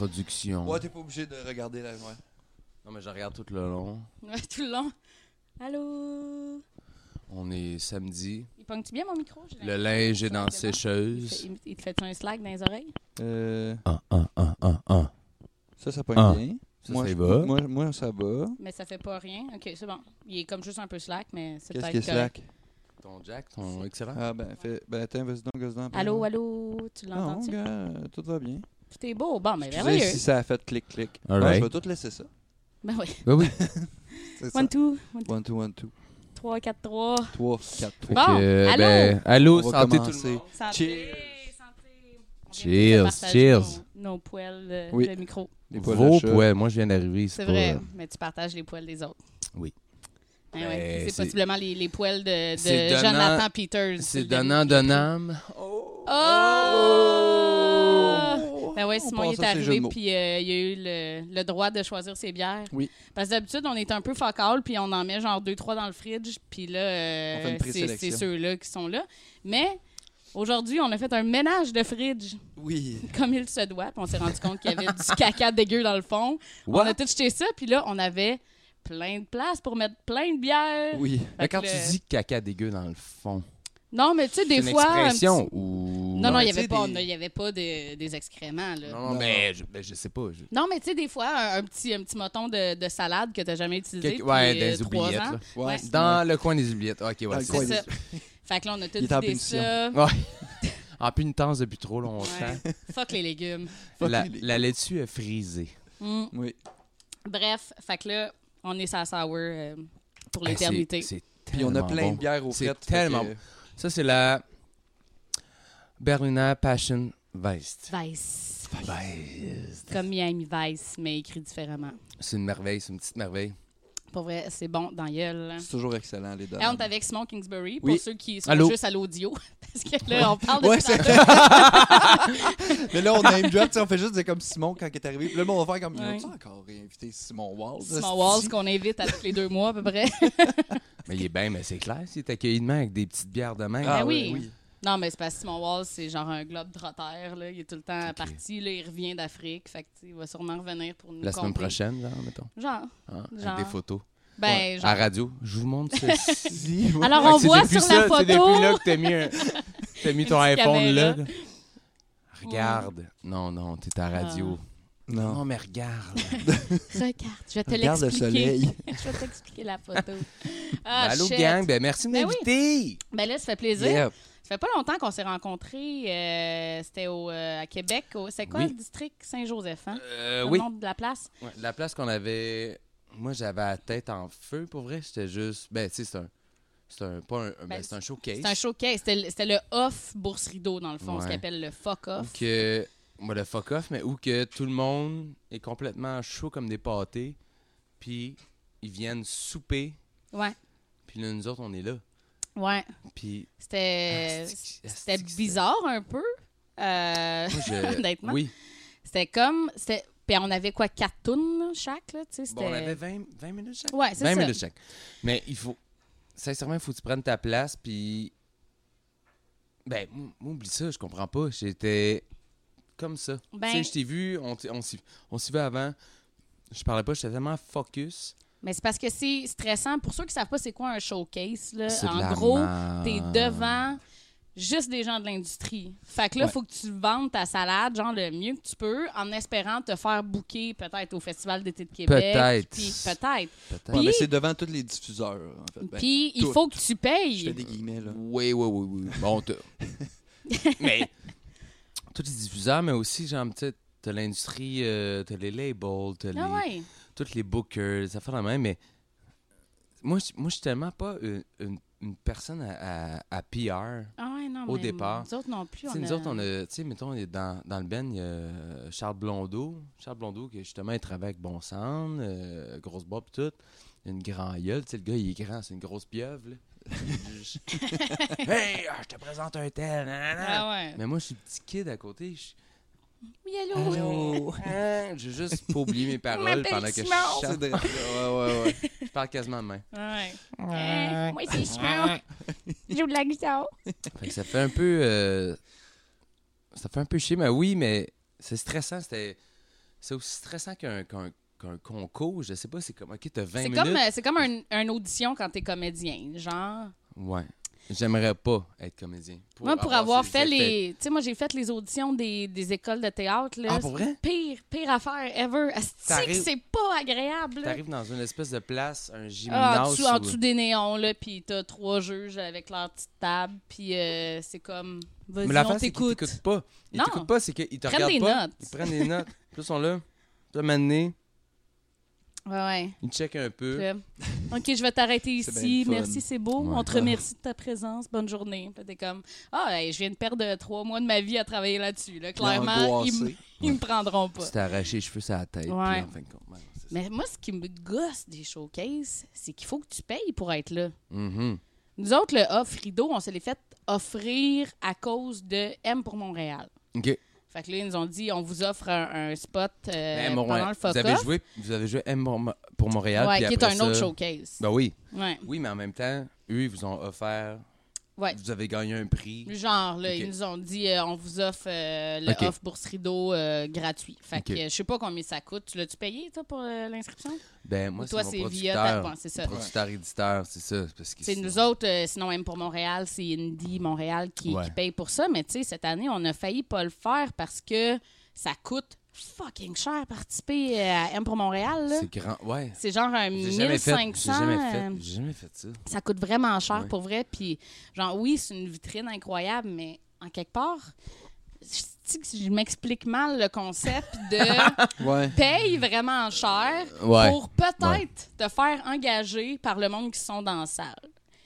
introduction. Ouais, t'es pas obligé de regarder la... Ouais. Non, mais je regarde tout le long. Ouais, tout le long. Allô? On est samedi. Il pogne-tu bien mon micro? Le linge est dans la sécheuse. Il te fait-tu un slack dans les oreilles? Ça pogne bien. Ça, Moi, ça va. Moi, ça va. Mais ça fait pas rien. OK, c'est bon. Il est comme juste un peu slack, mais c'est Qu'est-ce peut-être qui est correct. slack? Ton Jack, ton excellent. Ah, ben, attends, vas-y donc, gosse-donc. Allô, allô? Tu Non, l'entends-tu? gars, tout va bien. Tout est beau. Bon, mais Excusez merveilleux. si ça a fait clic-clic. All Ouais, right. je vais tout laisser ça. Ben oui. Ben oui. C'est ça. 1, 2, 1, 2, 1, 2. 3, 4, 3. 3, 4, 3. Bon, allô? Allô, On va santé tout commencer. le monde. Santé, Cheers. santé. On vient Cheers, de partager cheers. Nos poils Oui. de micro. Les poils Vos de chat. poils. Moi, je viens d'arriver. C'est pas- vrai, mais tu partages les poils des autres. Oui. Hein, ouais. Ben, C'est possiblement les poils de c'est donnant- Jonathan Peters. C'est le donnant, donnant. Oh! Oh! Ben ouais, On Simon il passe est à ces jeux de arrivé mots. puis il a eu le droit de choisir ses bières. Oui. Parce que d'habitude, on est un peu focal puis on en met genre 2-3 dans le fridge puis là, On fait une présélection. c'est ceux-là qui sont là. Mais aujourd'hui, on a fait un ménage de fridge Oui. comme il se doit. Puis on s'est rendu compte qu'il y avait du caca dégueu dans le fond. On a tout jeté ça puis là, on avait plein de place pour mettre plein de bières. Oui. Mais quand que tu dis caca dégueu dans le fond, Non, mais tu sais, des c'est une fois... un expression petit- ou... Non, il n'y tu sais, avait pas, des- il y avait pas des excréments, là. Non, mais je sais pas. Non, mais tu sais, des fois, un petit moton de salade que tu n'as jamais utilisé Ouais, depuis des 3 oubliettes. ans. là. Ouais. Dans le coin des oubliettes. Ok, Dans ouais, le c'est coin C'est ça. ça. Fait que là, on a tout Il est en vidé punition. ça. Ouais. En pénitence depuis trop longtemps. Ouais. Fuck les légumes. Fuck La, les- la laitue est frisée. Mm. Oui. Bref, fait que là, on est sa sour pour Hey, l'éternité. c'est Puis on a tellement plein bon. de bières au C'est fret. tellement bon. Ça, c'est la Berliner Passion Weist. Weiss. Weist. Comme Miami Vice, mais écrit différemment. C'est une merveille, c'est une petite merveille. Pour vrai, c'est bon dans la gueule. C'est toujours excellent, les deux. Là, on est avec Simon Kingsbury, pour Oui. ceux qui sont Allô? juste à l'audio. Parce que là, on parle de Ouais, ça. Mais là, on a une drop, on fait juste dire comme Simon quand il est arrivé. Puis là, on va faire comme. Ouais. Ils ont encore réinvité Simon Walls? Simon Walls qu'on invite à tous les 2 mois à peu près. Mais il est bien, mais c'est clair, s'il est accueilli de main avec des petites bières de main. Ah, Ben oui. oui. Non, mais c'est parce que Simon Walls, c'est genre un globe trotter. Là. Il est tout le temps parti. Là, il revient d'Afrique. Fait que, tu sais, il va sûrement revenir pour nous La semaine compter. prochaine, genre, mettons. Genre. Hein, Genre. Avec des photos. Ben, À genre. la radio. Je vous montre ceci. Alors, Fait que on c'est voit depuis sur ça, la C'est photo. depuis là que t'as mis ton Une petite iPhone là. caméra. Regarde. Non, t'es à la radio. Non. Non, mais regarde. Regarde, je vais te Regarde le l'expliquer. soleil. Je vais t'expliquer la photo. Ah, Allô, shit. gang. Ben, merci de Ben oui. m'inviter. Ben là, ça fait plaisir. Yeah. Ça fait pas longtemps qu'on s'est rencontrés. C'était à Québec. C'est quoi Oui. le district Saint-Joseph, hein? Le Oui. nom de la place? Ouais, la place qu'on avait. Moi, j'avais la tête en feu, pour vrai. C'était juste. Ben, tu sais, c'est un. Pas un. Ben, c'est un showcase. C'est un showcase. C'était le off Bourse Rideau, dans le fond, ce Ouais. qu'ils appellent le fuck Où off. que. Moi, le fuck off, mais où que tout le monde est complètement chaud comme des pâtés. Puis, ils viennent souper. Ouais, Puis là, nous autres, on est là. ouais. Puis. C'était C'était bizarre un peu. Honnêtement. Oui. C'était comme. Puis on avait quoi, 4 tunes là, chaque, là, tu sais, Bon, on c'était... avait 20 minutes chaque. Ouais, c'est 20 ça. minutes chaque. Mais il faut. Sincèrement, il faut que tu prennes ta place. Puis. Ben, moi, oublie ça, je comprends pas. J'étais comme ça. Ben- Tu sais, je t'ai vu, on s'y va avant. Je parlais pas, j'étais tellement focus. Mais c'est parce que c'est stressant. Pour ceux qui savent pas c'est quoi un showcase, là, C'est de en la gros, merde. t'es devant juste des gens de l'industrie. Fait que là, il Ouais. faut que tu vendes ta salade, genre le mieux que tu peux, en espérant te faire booker peut-être au Festival d'été de Québec. Peut-être. Puis peut-être. Peut-être. Ouais, Puis- mais c'est devant tous les diffuseurs, en fait. Ben, Puis il tout. faut que tu je fais payes. des guillemets, là. Oui. Bon, mais. Tous les diffuseurs, mais aussi, genre, tu sais, t'as l'industrie, t'as les labels, t'as Ah les. ouais. Tous les bookers, ça fait la même, mais moi, je suis tellement pas une personne à PR. Ah ouais, non, Au mais départ. nous autres non plus. Tu sais, nous autres, on a, tu sais, mettons, on est dans le Ben, il y a Charles Blondeau. Charles Blondeau, qui justement, il travaille avec Bon Sound, grosse bob pis tout. Il a une grande gueule, tu sais, le gars, il est grand, c'est une grosse pieuvre, là. Hey, je te présente un tel, nanana. Ah ouais. Mais moi, je suis petit kid à côté, Oui, allô? Allô? j'ai juste pas oublié mes paroles m'appelle pendant que je Simon. C'est chante. drôle. Ouais. Je parle quasiment de main. Ouais. Moi, c'est Simon. Je joue de la guitare. Fait que ça fait un peu. Ça fait un peu chier, mais oui, mais c'est stressant. c'est aussi stressant qu'un concours. Je sais pas, c'est comme, OK, t'as 20 C'est minutes. c'est comme une audition quand t'es comédien. Genre, Ouais. J'aimerais pas être comédien. moi, pour avoir ces fait effets. Tu sais, moi, j'ai fait les auditions des écoles de théâtre. Là. Ah, pour vrai? Pire affaire ever. Asti que c'est pas agréable. là. T'arrives dans une espèce de place, un Ah, gymnase. en dessous des néons, là, puis t'as 3 juges avec leur petite table, puis c'est comme, vas-y, Mais on l'affaire, c'est qu'ils t'écoute. t'écoutent pas. Ils Non. t'écoutent pas, c'est qu'ils te Prennent regardent des pas. notes. Ils prennent des notes. Puis là, ils sont là. Puis là, maintenant, Ouais. ils checkent un peu. Puis là, OK, je vais t'arrêter C'est ici. bien le fun. Merci, c'est beau. Ouais. On te remercie de ta présence. Bonne journée. Puis là, t'es comme, hey, je viens de perdre 3 mois de ma vie à travailler là-dessus. Là. Clairement, Angoissé. ils me prendront pas. Tu t'es arraché les cheveux sur la tête. Ouais. Puis en fin de compte, ouais, c'est ça. Mais moi, ce qui me gosse des showcases, c'est qu'il faut que tu payes pour être là. Mhm. Nous autres, le off rideau, on se l'est fait offrir à cause de M pour Montréal. OK. Fait que là, ils nous ont dit, on vous offre un spot M, pendant ouais. le fuck Vous avez joué M pour Montréal. Ouais, puis qui est après un autre ça- showcase. Ben oui. Ouais. Oui, mais en même temps, eux, ils vous ont offert. Ouais. Vous avez gagné un prix. Genre, là, Ok. ils nous ont dit, on vous offre le Ok. off bourse rideau gratuit. Fait que Ok. je sais pas combien ça coûte. Tu l'as-tu payé, toi, pour l'inscription? Ben moi, Ou toi, c'est mon c'est via producteur. ta... c'est ça. Producteur-éditeur, c'est ça. Parce que C'est nous autres, sinon même pour Montréal, c'est Indie Montréal qui paye pour ça. Mais tu sais, cette année, on a failli pas le faire parce que ça coûte fucking cher participer à M pour Montréal. Là. C'est grand. Ouais. C'est genre un J'ai jamais fait. 1500. J'ai jamais fait ça. Ça coûte vraiment cher Ouais. pour vrai. Puis, genre, oui, c'est une vitrine incroyable, mais en quelque part, je m'explique mal le concept de Ouais. paye vraiment cher Ouais. pour peut-être te faire engager par le monde qui sont dans la salle.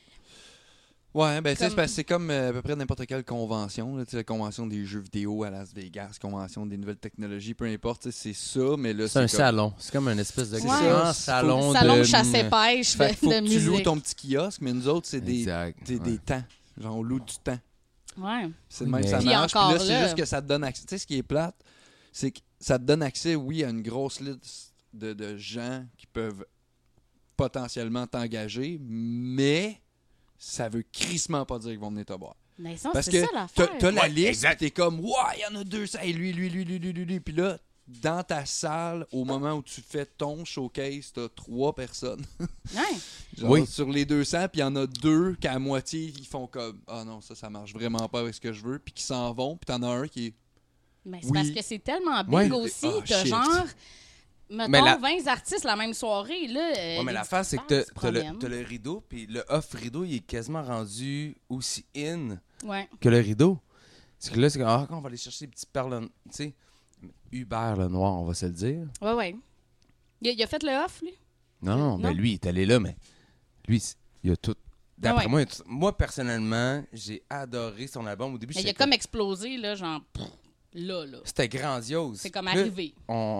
Ouais, ben, tu sais, Comme- c'est parce que c'est comme à peu près n'importe quelle convention. Là, tu sais, la convention des jeux vidéo à Las Vegas, convention des nouvelles technologies, peu importe, tu sais, c'est ça, mais là, C'est un comme- salon. C'est comme un espèce de C'est grand ça. salon Salon de de chasse-et-pêche Fait que faut de que tu loues musique. ton petit kiosque, mais nous autres, c'est des, Exact. des, Ouais. des temps. Genre, on loue du temps. Ouais. C'est Oui, le même que mais- ça Puis marche. Puis encore là, c'est là- juste que ça te donne accès. Tu sais, ce qui est plate, c'est que ça te donne accès, oui, à une grosse liste de gens qui peuvent potentiellement t'engager, mais ça veut crissement pas dire qu'ils vont venir te voir. Mais ça, Parce c'est que ça l'affaire. t'as la Ouais, liste, exact. pis t'es comme, ouais, il y en a 200, et lui. Puis là, dans ta salle, au moment où tu fais ton showcase, t'as 3 personnes. Ouais. Genre, Oui. sur les 200, puis il y en a 2 qu'à moitié, ils font comme, ah non, ça marche vraiment pas avec ce que je veux, puis qui s'en vont, puis t'en as un qui est, Mais c'est Oui. parce que c'est tellement big Ouais. aussi. Ah, T'as shit. genre, mettons, Mais la- 20 artistes la même soirée. Là, Ouais, mais les l'affaire, c'est que distributeurs t'as se le, promènent. t'as le rideau, puis le off-rideau, il est quasiment rendu aussi in Ouais. que le rideau. C'est que là, c'est comme, on va aller chercher des petits perles, tu sais. Hubert Lenoir, on va se le dire. Ouais, ouais. Il a fait le off, lui? Non, mais Non? lui, il est allé là, mais lui, il a tout. D'après ouais. moi, moi, personnellement, j'ai adoré son album. Au début, Mais il j'étais a comme explosé, là, genre, là. C'était grandiose. C'est comme Puis là, arrivé. On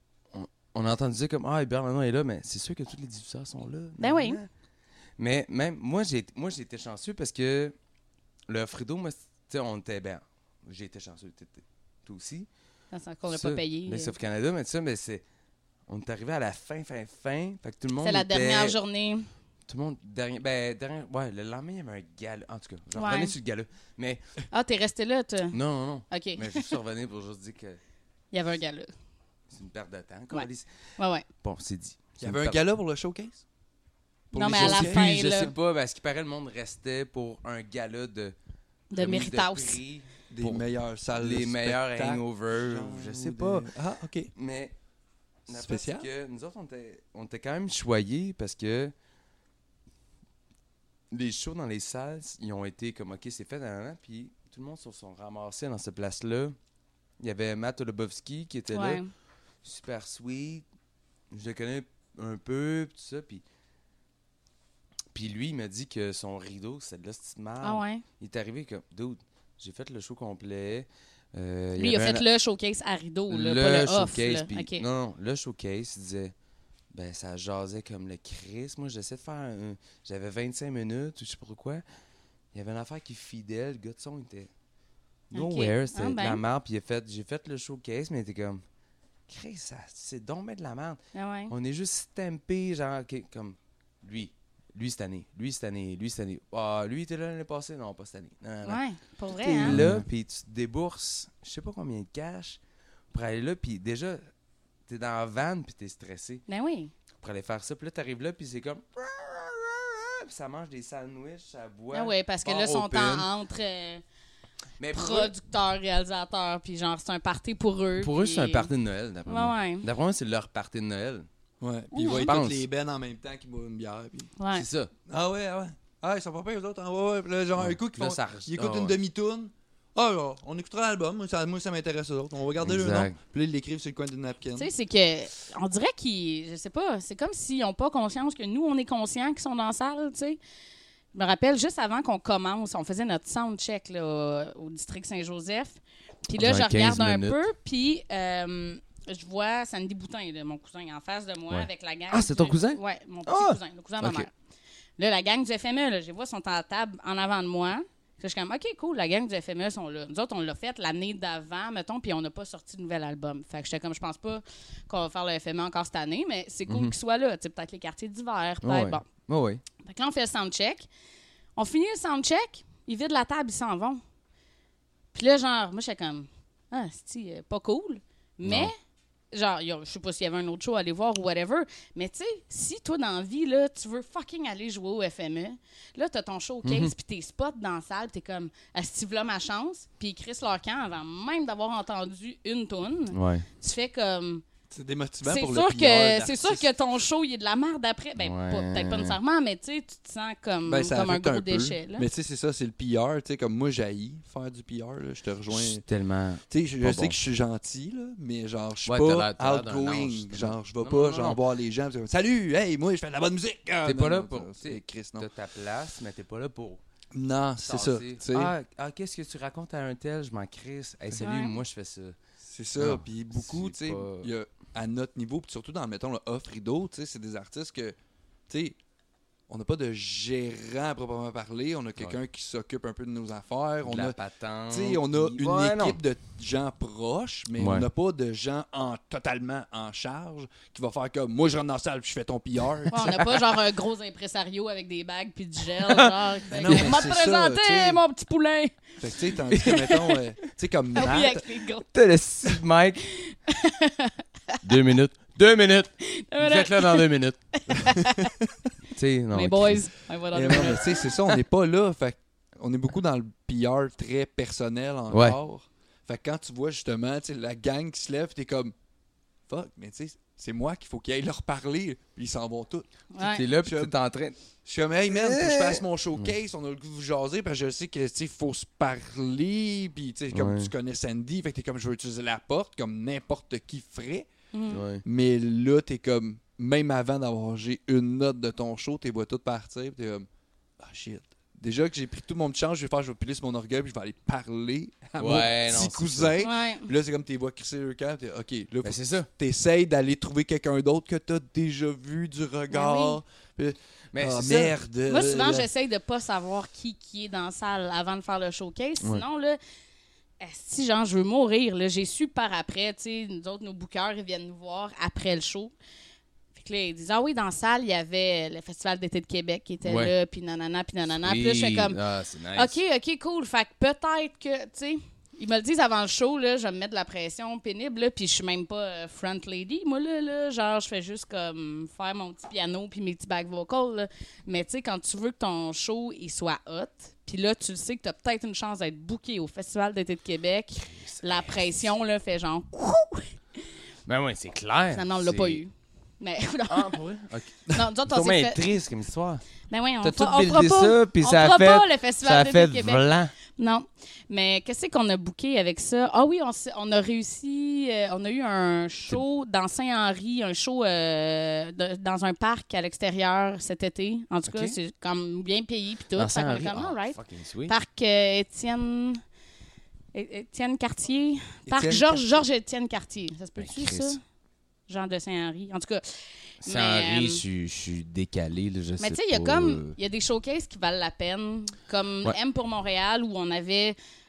a entendu dire comme, Hubert Lenoir est là, mais c'est sûr que tous les diffuseurs sont là. Ben oui. Mais même, moi, j'ai été chanceux parce que le Frido, moi, tu sais, on était bien. J'ai été chanceux, toi aussi. Qu'on n'a Ça, pas payé. Mais sauf Canada, mais ça, mais c'est. On est arrivé à la fin. Fait que tout le monde. C'est la était- dernière journée. Tout le monde. Ouais, le lendemain, il y avait un gala. En tout cas, je Ouais. revenais sur le gala. Mais. Ah, t'es resté là, toi? Non. OK. Mais je suis revenu pour juste dire que Il y avait un gars là. c'est une perte de temps. Ouais. Alice. Ouais. Bon, c'est dit. il y avait un gala pour le showcase? Pour Non, les mais à la showcases? fin, Je là. sais pas, parce qu'il paraît le monde restait pour un gala de. De remise Méritas. prix, Des pour meilleures salles les de meilleurs spectacle, hangovers, genre, je sais ou pas. des- Ah, OK. Mais l'affaire, Spécial? c'est que nous autres, on était quand même choyés parce que les shows dans les salles, ils ont été comme, OK, c'est fait, puis tout le monde se sont ramassés dans cette place-là. Il y avait Matt Olubowski qui était Ouais. là, super sweet. Je le connais un peu, tout ça, puis lui, il m'a dit que son rideau, c'est de la petite merde. Ah ouais? Il est arrivé comme, dude, j'ai fait le show complet. Lui, il a fait le showcase à rideau, là, le pas le off. showcase. Là. Puis, OK. non, le showcase, il disait, ben, ça jasait comme le Chris. Moi, j'essayais de faire j'avais 25 minutes, ou je sais pas pourquoi. Il y avait une affaire qui fidèle. Le gars de son, il était nowhere. C'était Ah, de la ben. merde. Puis j'ai fait le showcase, mais il était comme, Chris, c'est donc ben de la merde. Ah ouais. On est juste stampé, genre, OK, comme lui. Lui cette année. Ah, lui, il était là l'année passée? Non, pas cette année. Non. Ouais, pour vrai, T'es hein? là, puis tu te débourses, je sais pas combien de cash pour aller là, puis déjà, t'es dans la van, puis t'es stressé. Ben oui. Pour aller faire ça, puis là, t'arrives là, puis c'est comme... Puis ça mange des sandwichs, ça boit. Ah oui, parce que là, ils sont entre mais producteurs, réalisateurs, puis genre, c'est un party pour eux. Pour eux, c'est un party de Noël, d'après moi. Ouais. D'après moi, c'est leur party de Noël. Ouais, puis ils voient toutes les bennes en même temps qui boivent une bière. Puis... Ouais. C'est ça. Ah ouais. Ah, ils sont pas payés, eux autres. Ah ouais. Puis là, genre, un coup, ils écoutent une demi-toune. Ah, là, on écoutera l'album. Moi, ça m'intéresse, eux autres. On va garder le nom. Puis là, ils l'écrivent sur le coin d'une napkin. Tu sais, c'est que, on dirait qu'ils, je sais pas, c'est comme s'ils n'ont pas conscience que nous, on est conscients qu'ils sont dans la salle, tu sais. Je me rappelle, juste avant qu'on commence, on faisait notre soundcheck là, au district Saint-Joseph. Puis là, je regarde un peu, puis je vois Sandy Boutin, là, mon cousin, en face de moi, avec la gang. Ah, c'est ton cousin? Oui, mon petit cousin, le cousin de ma mère. Là, la gang du FME, là, je les vois, sont à la table en avant de moi. Je suis comme, OK, cool, la gang du FME sont là. Nous autres, on l'a fait l'année d'avant, mettons, puis on n'a pas sorti de nouvel album. Fait que j'étais comme, je pense pas qu'on va faire le FME encore cette année, mais c'est cool qu'ils soient là. Tu sais, peut-être les quartiers d'hiver, peut-être. Bon. Oui. Fait que là, on fait le soundcheck. On finit le soundcheck, ils vident la table, ils s'en vont. Puis là, genre, moi, j'étais comme, c'est pas cool. Mais, genre, je sais pas s'il y avait un autre show à aller voir ou whatever. Mais tu sais, si toi, dans la vie, là, tu veux fucking aller jouer au FME, là, t'as ton showcase, puis tes spots dans la salle, t'es comme, Steve-là, ma chance. Puis Chris Larcan, avant même d'avoir entendu une toune, tu fais comme... C'est démotivant c'est pour sûr le PR. C'est sûr que ton show, il est de la merde après. Ben, peut-être pas nécessairement, mais tu sais, tu te sens comme un gros déchet. Là. Mais tu sais, c'est ça, c'est le PR. Tu sais, comme moi, j'haïs faire du PR. Là, je te rejoins. Je suis tellement. Tu sais, je sais que je suis gentil, là, mais genre, je suis pas outgoing. Genre, je vais pas genre voir les gens. Salut, hey, moi, je fais de la bonne musique. T'es pas là pour. C'est Chris, non. T'as ta place, mais t'es pas là pour. Non, c'est ça. Qu'est-ce que tu racontes à un tel? Je m'en crisse. Hey, salut, moi, je fais ça. C'est ça. Puis beaucoup, tu sais, il y a. À notre niveau, puis surtout dans, mettons, le off-rideau, tu sais, c'est des artistes que, tu sais, on n'a pas de gérant à proprement parler, on a quelqu'un qui s'occupe un peu de nos affaires, on a une équipe de gens proches, mais on n'a pas de gens totalement en charge qui va faire comme, moi, je rentre dans la salle puis je fais ton PR. On n'a pas genre un gros impresario avec des bagues puis du gel, genre, on m'a présenté, mon petit poulain! Fait que, tu sais, tandis que, mettons, tu sais, comme Matt... T'as le Steve Mike. 2 minutes. 2 minutes. Faites-le dans 2 minutes. Les boys, on va dans 2 minutes. Tu sais, c'est ça, on n'est pas là. Fait on est beaucoup dans le PR très personnel encore. Ouais. Fait que quand tu vois justement la gang qui se lève, t'es comme fuck, mais tu sais, c'est moi qu'il faut qu'ils aillent leur parler. Puis ils s'en vont tous. Ouais. T'es là, puis t'es en train. Je suis comme, hey man, faut que je fasse mon showcase. On a le goût de vous jaser. Parce que je sais que il faut se parler. Puis comme tu connais Sandy, fait que t'es comme, je vais utiliser la porte comme n'importe qui ferait. Mais là, t'es comme, même avant d'avoir une note de ton show, t'es vois tout partir, pis t'es comme, shit. Déjà que j'ai pris tout mon petit chance, je vais piler sur mon orgueil, puis je vais aller parler à mon petit cousin. Puis là, c'est comme tes voix crisser le camp, t'es OK, là, c'est ça. T'essayes d'aller trouver quelqu'un d'autre que t'as déjà vu du regard. Mais merde. Moi, souvent, j'essaye de pas savoir qui est dans la salle avant de faire le showcase. Sinon, là, si genre je veux mourir, là, j'ai su par après, tu sais, nous autres, nos bookers, ils viennent nous voir après le show. Fait que là, ils disent, oui, dans la salle, il y avait le Festival d'été de Québec qui était là, puis nanana, puis nanana. Puis là, je fais comme, c'est nice. OK, cool. Fait que peut-être que, tu sais, ils me le disent avant le show, là, je vais me mettre de la pression pénible, là, puis je suis même pas front lady. Moi, là, genre, je fais juste comme faire mon petit piano puis mes petits back vocals, là. Mais tu sais, quand tu veux que ton show, il soit hot, puis là, tu sais que tu as peut-être une chance d'être booké au Festival d'été de Québec. La pression, là, fait genre... Ben oui, c'est clair. Finalement, on l'a pas eu. Mais... pour vrai? Okay. Non, c'est vraiment triste comme histoire. Ben oui, on fera pas ça, puis ça a fait... pas le Festival d'été de Québec. Blanc. Non. Mais qu'est-ce qu'on a booké avec ça? Ah oui, on a réussi... on a eu un show dans Saint-Henri, un show dans un parc à l'extérieur cet été. En tout cas, c'est comme bien payé puis tout. Dans Saint-Henri? Parc Étienne Cartier. Parc Georges-Étienne Cartier. Ça se peut-tu, ça? Jean de Saint-Henri. En tout cas... Saint-Henri, je suis décalé, là, je sais pas. Mais tu sais, il y a des showcases qui valent la peine, comme M pour Montréal, où on avait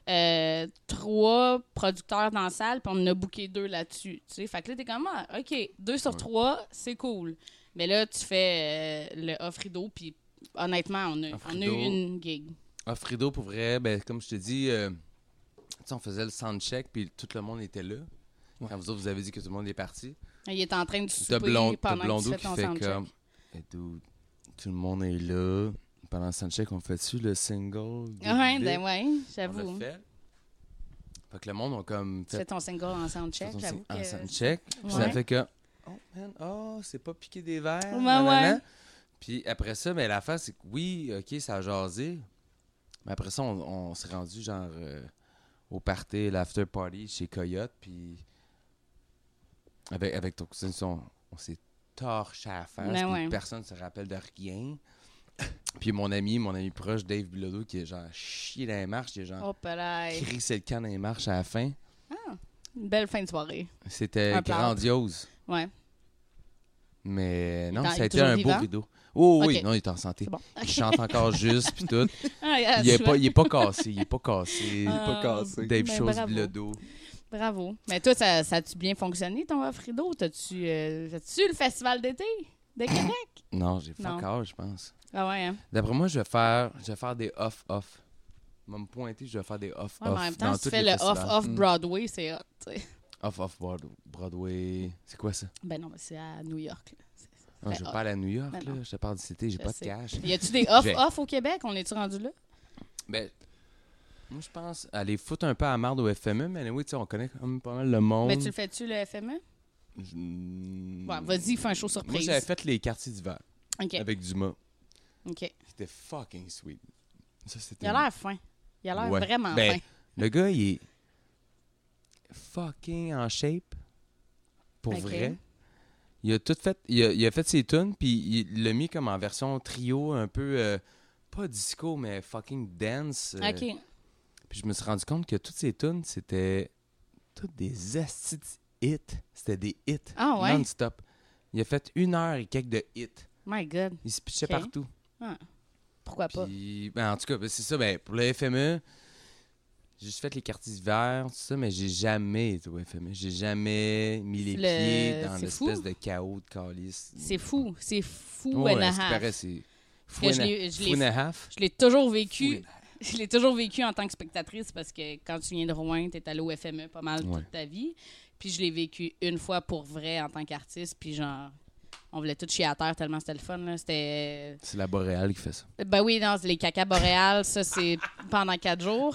3 producteurs dans la salle, puis on en a booké 2 là-dessus. Tu sais, fait que là, t'es comme, OK, 2 sur 3, c'est cool. Mais là, tu fais le off-rideau, puis honnêtement, on a eu une gig. Off-rideau, pour vrai, ben, comme je te dis, on faisait le soundcheck, puis tout le monde était là. Quand vous autres, vous avez dit que tout le monde est parti. Il est en train de T'as souper Blondo pendant que tu Blondo fais qui ton fait soundcheck. comme... Hey, dude, tout le monde est là. Pendant le soundcheck, on fait-tu le single? Ouais, ben ouais, On j'avoue. l'a fait. Fait que le monde a comme Tu fais ton single en soundcheck, fait j'avoue en que... soundcheck. Puis Ouais. ça fait que... Oh, man, c'est pas piqué des verres. Ouais, nanana. ouais. Puis après ça, ben, la face, c'est que oui, OK, ça a jasé. Mais après ça, on s'est rendu genre au party, l'after party chez Coyote. Puis avec ton cousin, on s'est torché à la face. Ben Puis ouais. personne ne se rappelle de rien. Puis mon ami proche, Dave Bilodeau, qui est genre chié dans les marches, il a genre Hop là. crissé le camp dans les marches à la fin. Une belle fin de soirée. C'était Un plâtre. grandiose. Ouais. Mais non, Il ça a est été toujours un beau vivant? rideau. Oh oui, Ok. non, il est en santé. C'est bon. Il chante encore juste, puis tout. Ah, yeah, Il est chouette. pas cassé, il est pas cassé. Il est pas cassé. Dave Ben, Chose bravo. Bilodeau. Bravo. Mais toi, ça a-tu bien fonctionné, ton off-rideau? T'as-tu le festival d'été de Québec? Non, j'ai Non. fuck all, je pense. Ah ouais, hein? D'après moi, je vais faire des off-off. Il va me pointer, je vais faire des off-off. Ouais, mais en même temps, dans si tu tous fais les le festivals. off-Broadway, c'est hot, tu sais. Off Broadway. C'est quoi ça? Ben non, mais c'est à New York, là. Non, je hot. vais pas aller à New York, Ben là. non. Je te parle du cité, j'ai Je pas de sais. cash. Y a-tu des off-off au Québec? On est-tu rendu là? Ben, moi, je pense aller foutre un peu à la marde au FME, mais oui, tu sais, on connaît quand même pas mal le monde. Mais tu le fais-tu, le FME? Ouais, vas-y, fais un show surprise. Moi, j'avais fait les quartiers d'hiver OK. avec Dumas. OK. C'était fucking sweet. Ça, c'était... Il a l'air fin. Il a l'air Ouais. vraiment Ben, fin. Le gars, il est fucking en shape. Pour Ok. vrai. Il a tout fait. Il a fait ses tunes, puis il l'a mis comme en version trio, un peu. Pas disco, mais fucking dance. OK. Puis je me suis rendu compte que toutes ces tunes, c'était toutes des astis hits. C'était des hits. Ah ouais? Non-stop. Il a fait 1 heure et quelques de hits. My God. Il se pitchait Ok. partout. Pourquoi pas? Puis, ben, en tout cas, ben, c'est ça. Ben, pour le FME, j'ai juste fait les quartiers d'hiver, tout ça, mais j'ai jamais été au FME. J'ai jamais mis les pieds dans c'est l'espèce fou. de chaos de calice. C'est fou. C'est fou Ouais, and a ce qui half. paraît, c'est fou Que je and a- l'ai- je fou l'ai- and a half. Je l'ai toujours Fou vécu. and a half. Je l'ai toujours vécu en tant que spectatrice parce que quand tu viens de Rouen, tu es allé au FME pas mal Ouais. toute ta vie. Puis je l'ai vécu une fois pour vrai en tant qu'artiste. Puis genre, on voulait tout chier à terre tellement c'était le fun. Là. C'était... C'est la Boréale qui fait ça. Ben oui, non, c'est les cacas boréales, ça c'est pendant 4 jours.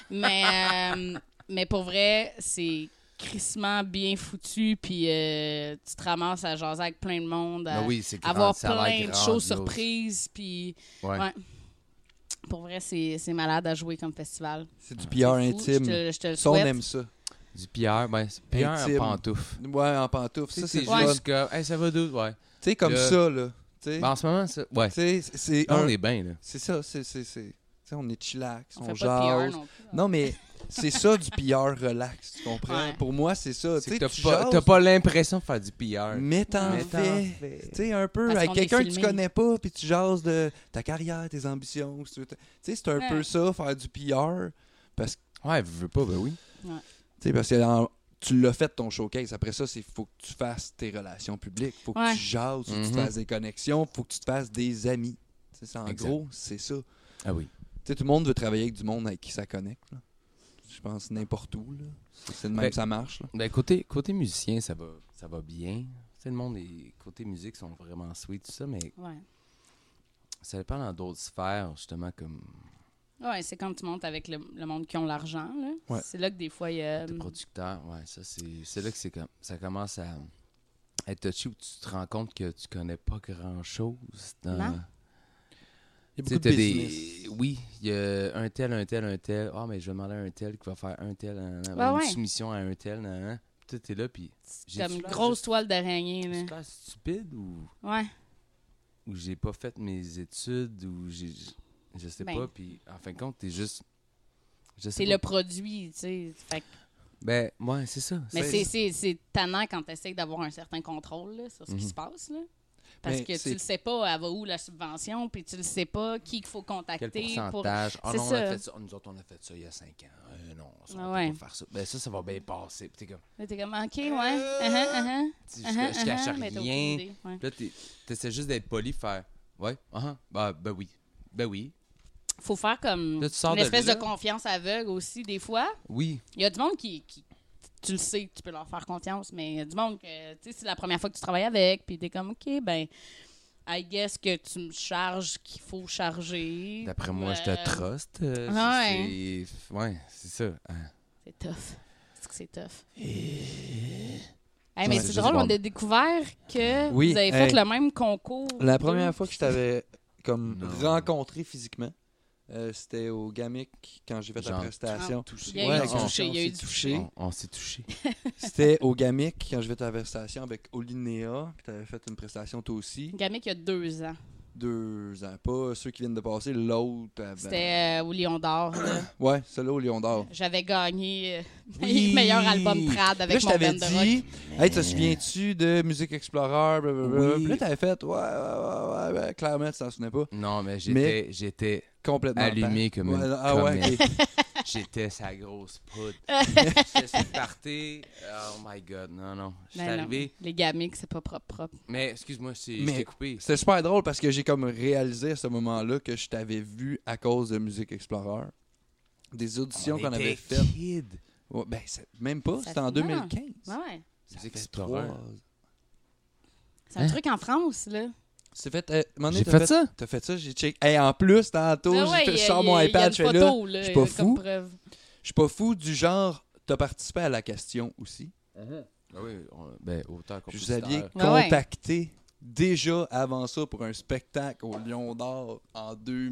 Mais pour vrai, c'est crissement bien foutu. Puis tu te ramasses à jaser avec plein de monde, à Ben oui, c'est grand, avoir ça a l'air plein de choses grandiose. surprises. Puis Ouais. ouais. Pour vrai, c'est malade à jouer comme festival. C'est du C'est PR fou, intime. Je te le Ça, on souhaite. aime ça. Du Pierre, ben, c'est Pierre en Intime. pantoufle. Ouais, en pantoufle. Ça, c'est c'est le fun. juste que, hey, ça va d'où, ouais. Tu sais, comme Le- ça, là. Tu sais, Ben, en ce moment, ça, ouais. Tu sais, c'est Là, un- on est bien, là. c'est ça. Tu sais, on est chillax, On on fait pas de PR jase. non plus. Non, mais c'est ça du PR relax, tu comprends? Ouais. Pour moi, c'est ça. C'est Tu que sais, tu t'as jases, pas l'impression de faire du PR. mais t'en Mais t'en fais. fais. Tu sais, un peu Parce avec qu'on est quelqu'un que tu filmé. connais pas, puis tu jases de ta carrière, tes ambitions. Tu sais, c'est un Ouais. peu ça, faire du PR. Parce que, Ouais, veux pas, ben oui. tu sais, parce que tu l'as fait ton showcase. Après ça, il faut que tu fasses tes relations publiques. Faut que Ouais. tu jases, faut que tu te Mhm. fasses des connexions, faut que tu te fasses des amis. Tu sais, en Exact. gros, c'est ça. Ah oui. Tu sais, tout le monde veut travailler avec du monde avec qui ça connecte. Là. Je pense n'importe où. Là. C'est de même Ben, que ça marche. Là. Ben, côté musicien, ça va bien. Tu sais, le monde, côté musique, sont vraiment sweet, tout ça, mais Ouais. ça dépend dans d'autres sphères, justement, comme Ouais, c'est quand tu montes avec le monde qui ont l'argent. Là. Ouais. C'est là que des fois, il y a... des producteurs. Ouais, ça, c'est là que ça commence à être touchy, où tu te rends compte que tu connais pas grand-chose. Non. Il y a Tu sais, beaucoup de t'as business. Oui, il y a un tel. Ah, mais je vais demander à un tel qui va faire un tel, Ouais, une ouais. soumission à un tel. Puis toi, t'es là, puis C'est comme une l'air grosse juste- toile d'araignée. j'ai-tu Là. l'air stupide ou Ouais. j'ai pas fait mes études ou je sais Ben. pas, puis en fin de compte, t'es juste... Je sais C'est pas. le produit, tu sais. Fait que- Ben, ouais, c'est ça. Mais C'est- c'est tannant quand tu essaies d'avoir un certain contrôle là, sur ce qui Mhm. se passe. Là. Parce Mais que tu c'est- le sais pas, elle va où la subvention, puis tu le sais pas qui qu'il faut Quel contacter. Pour... pourcentage? Ah C'est non, on ça. a fait ça. Nous autres, on a fait ça il y a 5 ans. Non, ça, on Ah peut ouais. pas faire ça. Ben ça va bien passer. Puis t'es comme... Là, t'es comme, OK, ouais. Uh-huh. Je cache Mais t'as aucune rien. idée, ouais. Puis là, t'essaies juste d'être poli, faire... Ouais, ben oui. Ben oui. Faut faire comme Là, tu sors une de espèce là. de confiance aveugle aussi, des fois. Oui. Il y a du monde qui tu le sais, tu peux leur faire confiance, mais il y a du monde que, tu sais, c'est la première fois que tu travailles avec, puis t'es comme, OK, ben, I guess que tu me charges qu'il faut charger. D'après moi, je te trust. Ouais. C'est ça. Hein. C'est tough. C'est que c'est tough. Et... Hey, mais Ouais, c'est c'est drôle, juste on a découvert que Oui, vous avez fait hey. le même concours. La première fois que je t'avais comme Non. rencontré physiquement, c'était au Gamic quand j'ai fait la Genre, prestation. touché. Il y a Ouais, eu du on- touché, il y a eu on du s'est touché. On s'est touché. C'était au Gamic quand j'ai fait la prestation avec Olinéa, puis t'avais fait une prestation toi aussi. Gamic, il y a 2 ans. 2 ans, pas ceux qui viennent de passer, l'autre avant. C'était au Lion d'Or. là. Ouais, celui-là au Lion d'Or. J'avais gagné Oui. meilleur album trad avec Là, je mon t'avais band de rock. dit, hey, te souviens-tu de Music Explorer, blablabla. Oui. Puis là, t'avais fait, ouais, clairement, tu t'en souvenais pas. Non, mais Mais- j'étais Complètement. allumé comme une ouais, comète. ok. J'étais sa grosse poudre. J'étais sur le party. Oh my God, non. J'étais Ben non, arrivé. Les Gamics, c'est pas propre. Mais excuse-moi, je Mais- t'ai coupé. C'était super drôle parce que j'ai comme réalisé à ce moment-là que je t'avais vu à cause de Music Explorer. Des auditions qu'on avait faites. Kid. Ouais, ben, même pas, Ça c'était en fait- non. 2015. Ouais. Ça Music fait Explorer. 3. C'est un Hein? truc en France, là. C'est fait. À un moment donné, J'ai t'as fait ça? T'as fait ça, j'ai check. Hey, en plus, tantôt, Ah ouais, je il y a- sors il y mon a- il y a iPad, une je fais photo, là. là, Je suis pas comme fou. preuve. Je suis pas fou du genre, t'as participé à la question aussi. Ah oui, autant qu'on Je vous aviez Ah ouais. contacté déjà avant ça pour un spectacle au Lion d'Or en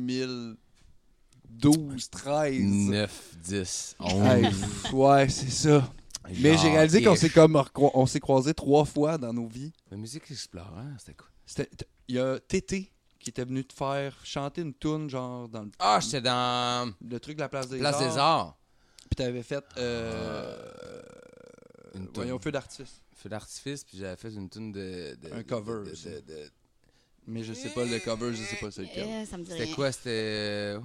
2012, 13. 9, 10, 11. Hey, ouais, c'est ça. Mais j'ai réalisé qu'on s'est comme on s'est croisés 3 fois dans nos vies. La musique Explorer, c'était quoi? Il y a Tété qui était venu te faire chanter une toune genre dans Ah, j'étais dans le truc de la Place des Place Arts. des Arts. Puis t'avais fait Une voyons, toune. Feu d'artifice. Feu d'artifice, puis j'avais fait une tune de Un cover, ça. Mais je sais pas le cover, je sais pas c'est lequel. Ça me dit C'était rien. quoi? C'était...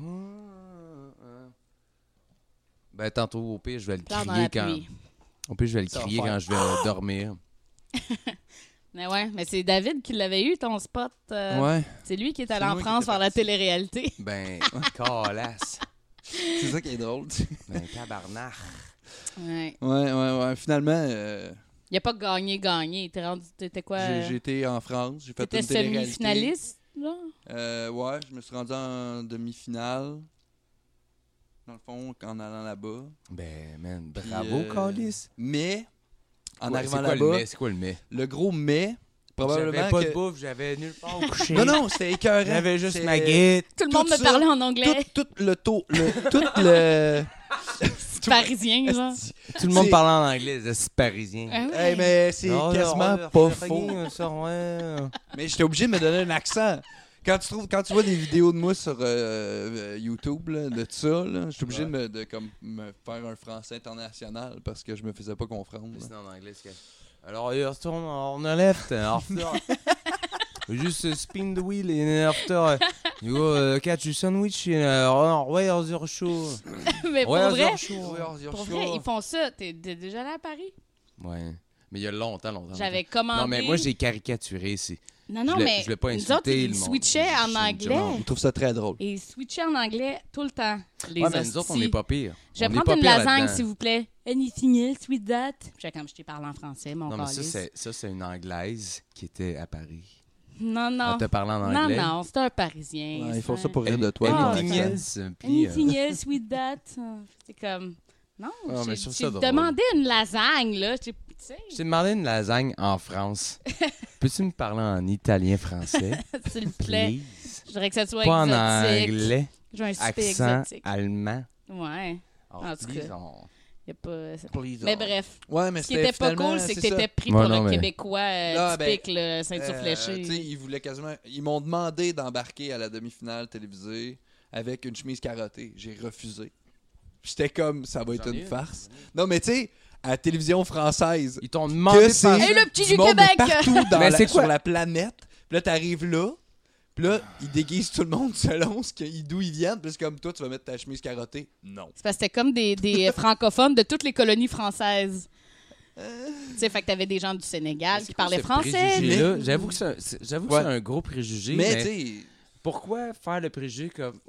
Ben, tantôt, au pire, je vais le Pleure dans crier la quand... pluie. Au pire, je vais le Ça va crier faire. quand je vais dormir. Mais ouais, mais c'est David qui l'avait eu, ton spot. Ouais, C'est lui qui est C'est allé en moi qui France étais faire la parti. télé-réalité. Ben, calasse. c'est ça qui est drôle. Ben, tabarnak. Ouais. Ouais. Finalement, Il a pas gagné. T'étais quoi? j'ai été en France, j'ai fait T'étais une télé-réalité. semi-finaliste, là? Ouais, je me suis rendu en demi-finale. Dans le fond, en allant là-bas. Ben, man, Puis, bravo, calice. Mais, en Ouais, arrivant c'est quoi le là-bas, mais? C'est quoi le mais? le gros mais, probablement J'avais pas que... de bouffe, j'avais nulle part où coucher. Non, c'était écœurant. J'avais juste C'est- ma guide. Tout le monde Tout me ça, parlait en anglais. Tout le taux, tout le... Parisien, genre. Tout le monde C'est- parlait en anglais, c'est parisien. Ah ouais. Hey, mais c'est quasiment pas faux. Mais j'étais obligé de me donner un accent. Quand tu vois des vidéos de moi sur YouTube là, de ça, là, j'étais obligé comme me faire un français international parce que je me faisais pas comprendre. là. Sinon, en anglais, c'est que... Alors, il retourne on a left, after. Just spin the wheel and after you go catch a sandwich and where's your show? Mais pour Where's vrai, your show? pour vrai, ils font ça. T'es déjà allé à Paris? Ouais. Mais il y a longtemps. J'avais commandé... Non, mais moi, j'ai caricaturé. Non, je voulais- mais je voulais pas nous insulter autres, ils le monde. switchaient en Je- anglais. Non, je trouve ça très drôle. Et ils switchaient en anglais tout le temps. Les Ouais, mais nous autres, on n'est hosties. pas pire. Je vais On est prendre pas une pire lasagne, là-dedans. s'il vous plaît. Anything else with that? J'ai comme je t'ai parlé en français, mon Non, mais calice. ça, c'est une Anglaise qui était à Paris. Non, non. Elle te parlait en Non, anglais. non, c'est un Parisien. Ouais, ils font c'est ça un- pour rire de toi. Ah, Anything ça. else? Puis, Anything else with that? C'est comme... Non, Ah, mais je j'ai trouve ça j'ai drôle. demandé une lasagne, là. Tu sais, je t'ai demandé une lasagne en France. Peux-tu me parler en italien-français? s'il vous plaît. Please? Je voudrais que ça soit Pas en exotique. anglais. Je veux un souper Accent exotique. allemand. Ouais. Oh, En tout please, cas. on- Y a pas... Please, Mais oh. bref. Ouais, mais Ce qui était pas cool, c'est que t'étais pris Ouais, pour non, le mais- Québécois Ah, ben, typique, le ceinture fléchée. tu sais, ils voulaient quasiment. Ils m'ont demandé d'embarquer à la demi-finale télévisée avec une chemise carottée. J'ai refusé. J'étais comme, ça va être J'en ai une une. farce. Non, mais tu sais, à la télévision française, Ils t'ont demandé de que faire c'est Hey, le petit du du monde de Québec! partout dans Mais c'est quoi? sur la planète. Puis là, t'arrives là. Puis là, ils déguisent tout le monde selon d'où ils viennent. Puis c'est comme toi, tu vas mettre ta chemise carottée. Non. C'est parce que c'était comme des francophones de toutes les colonies françaises. Tu sais, fait que t'avais des gens du Sénégal qui parlaient français. Préjugé-là, mais- J'avoue que c'est Ouais. un gros préjugé, Mais mais tu sais, pourquoi faire le préjugé comme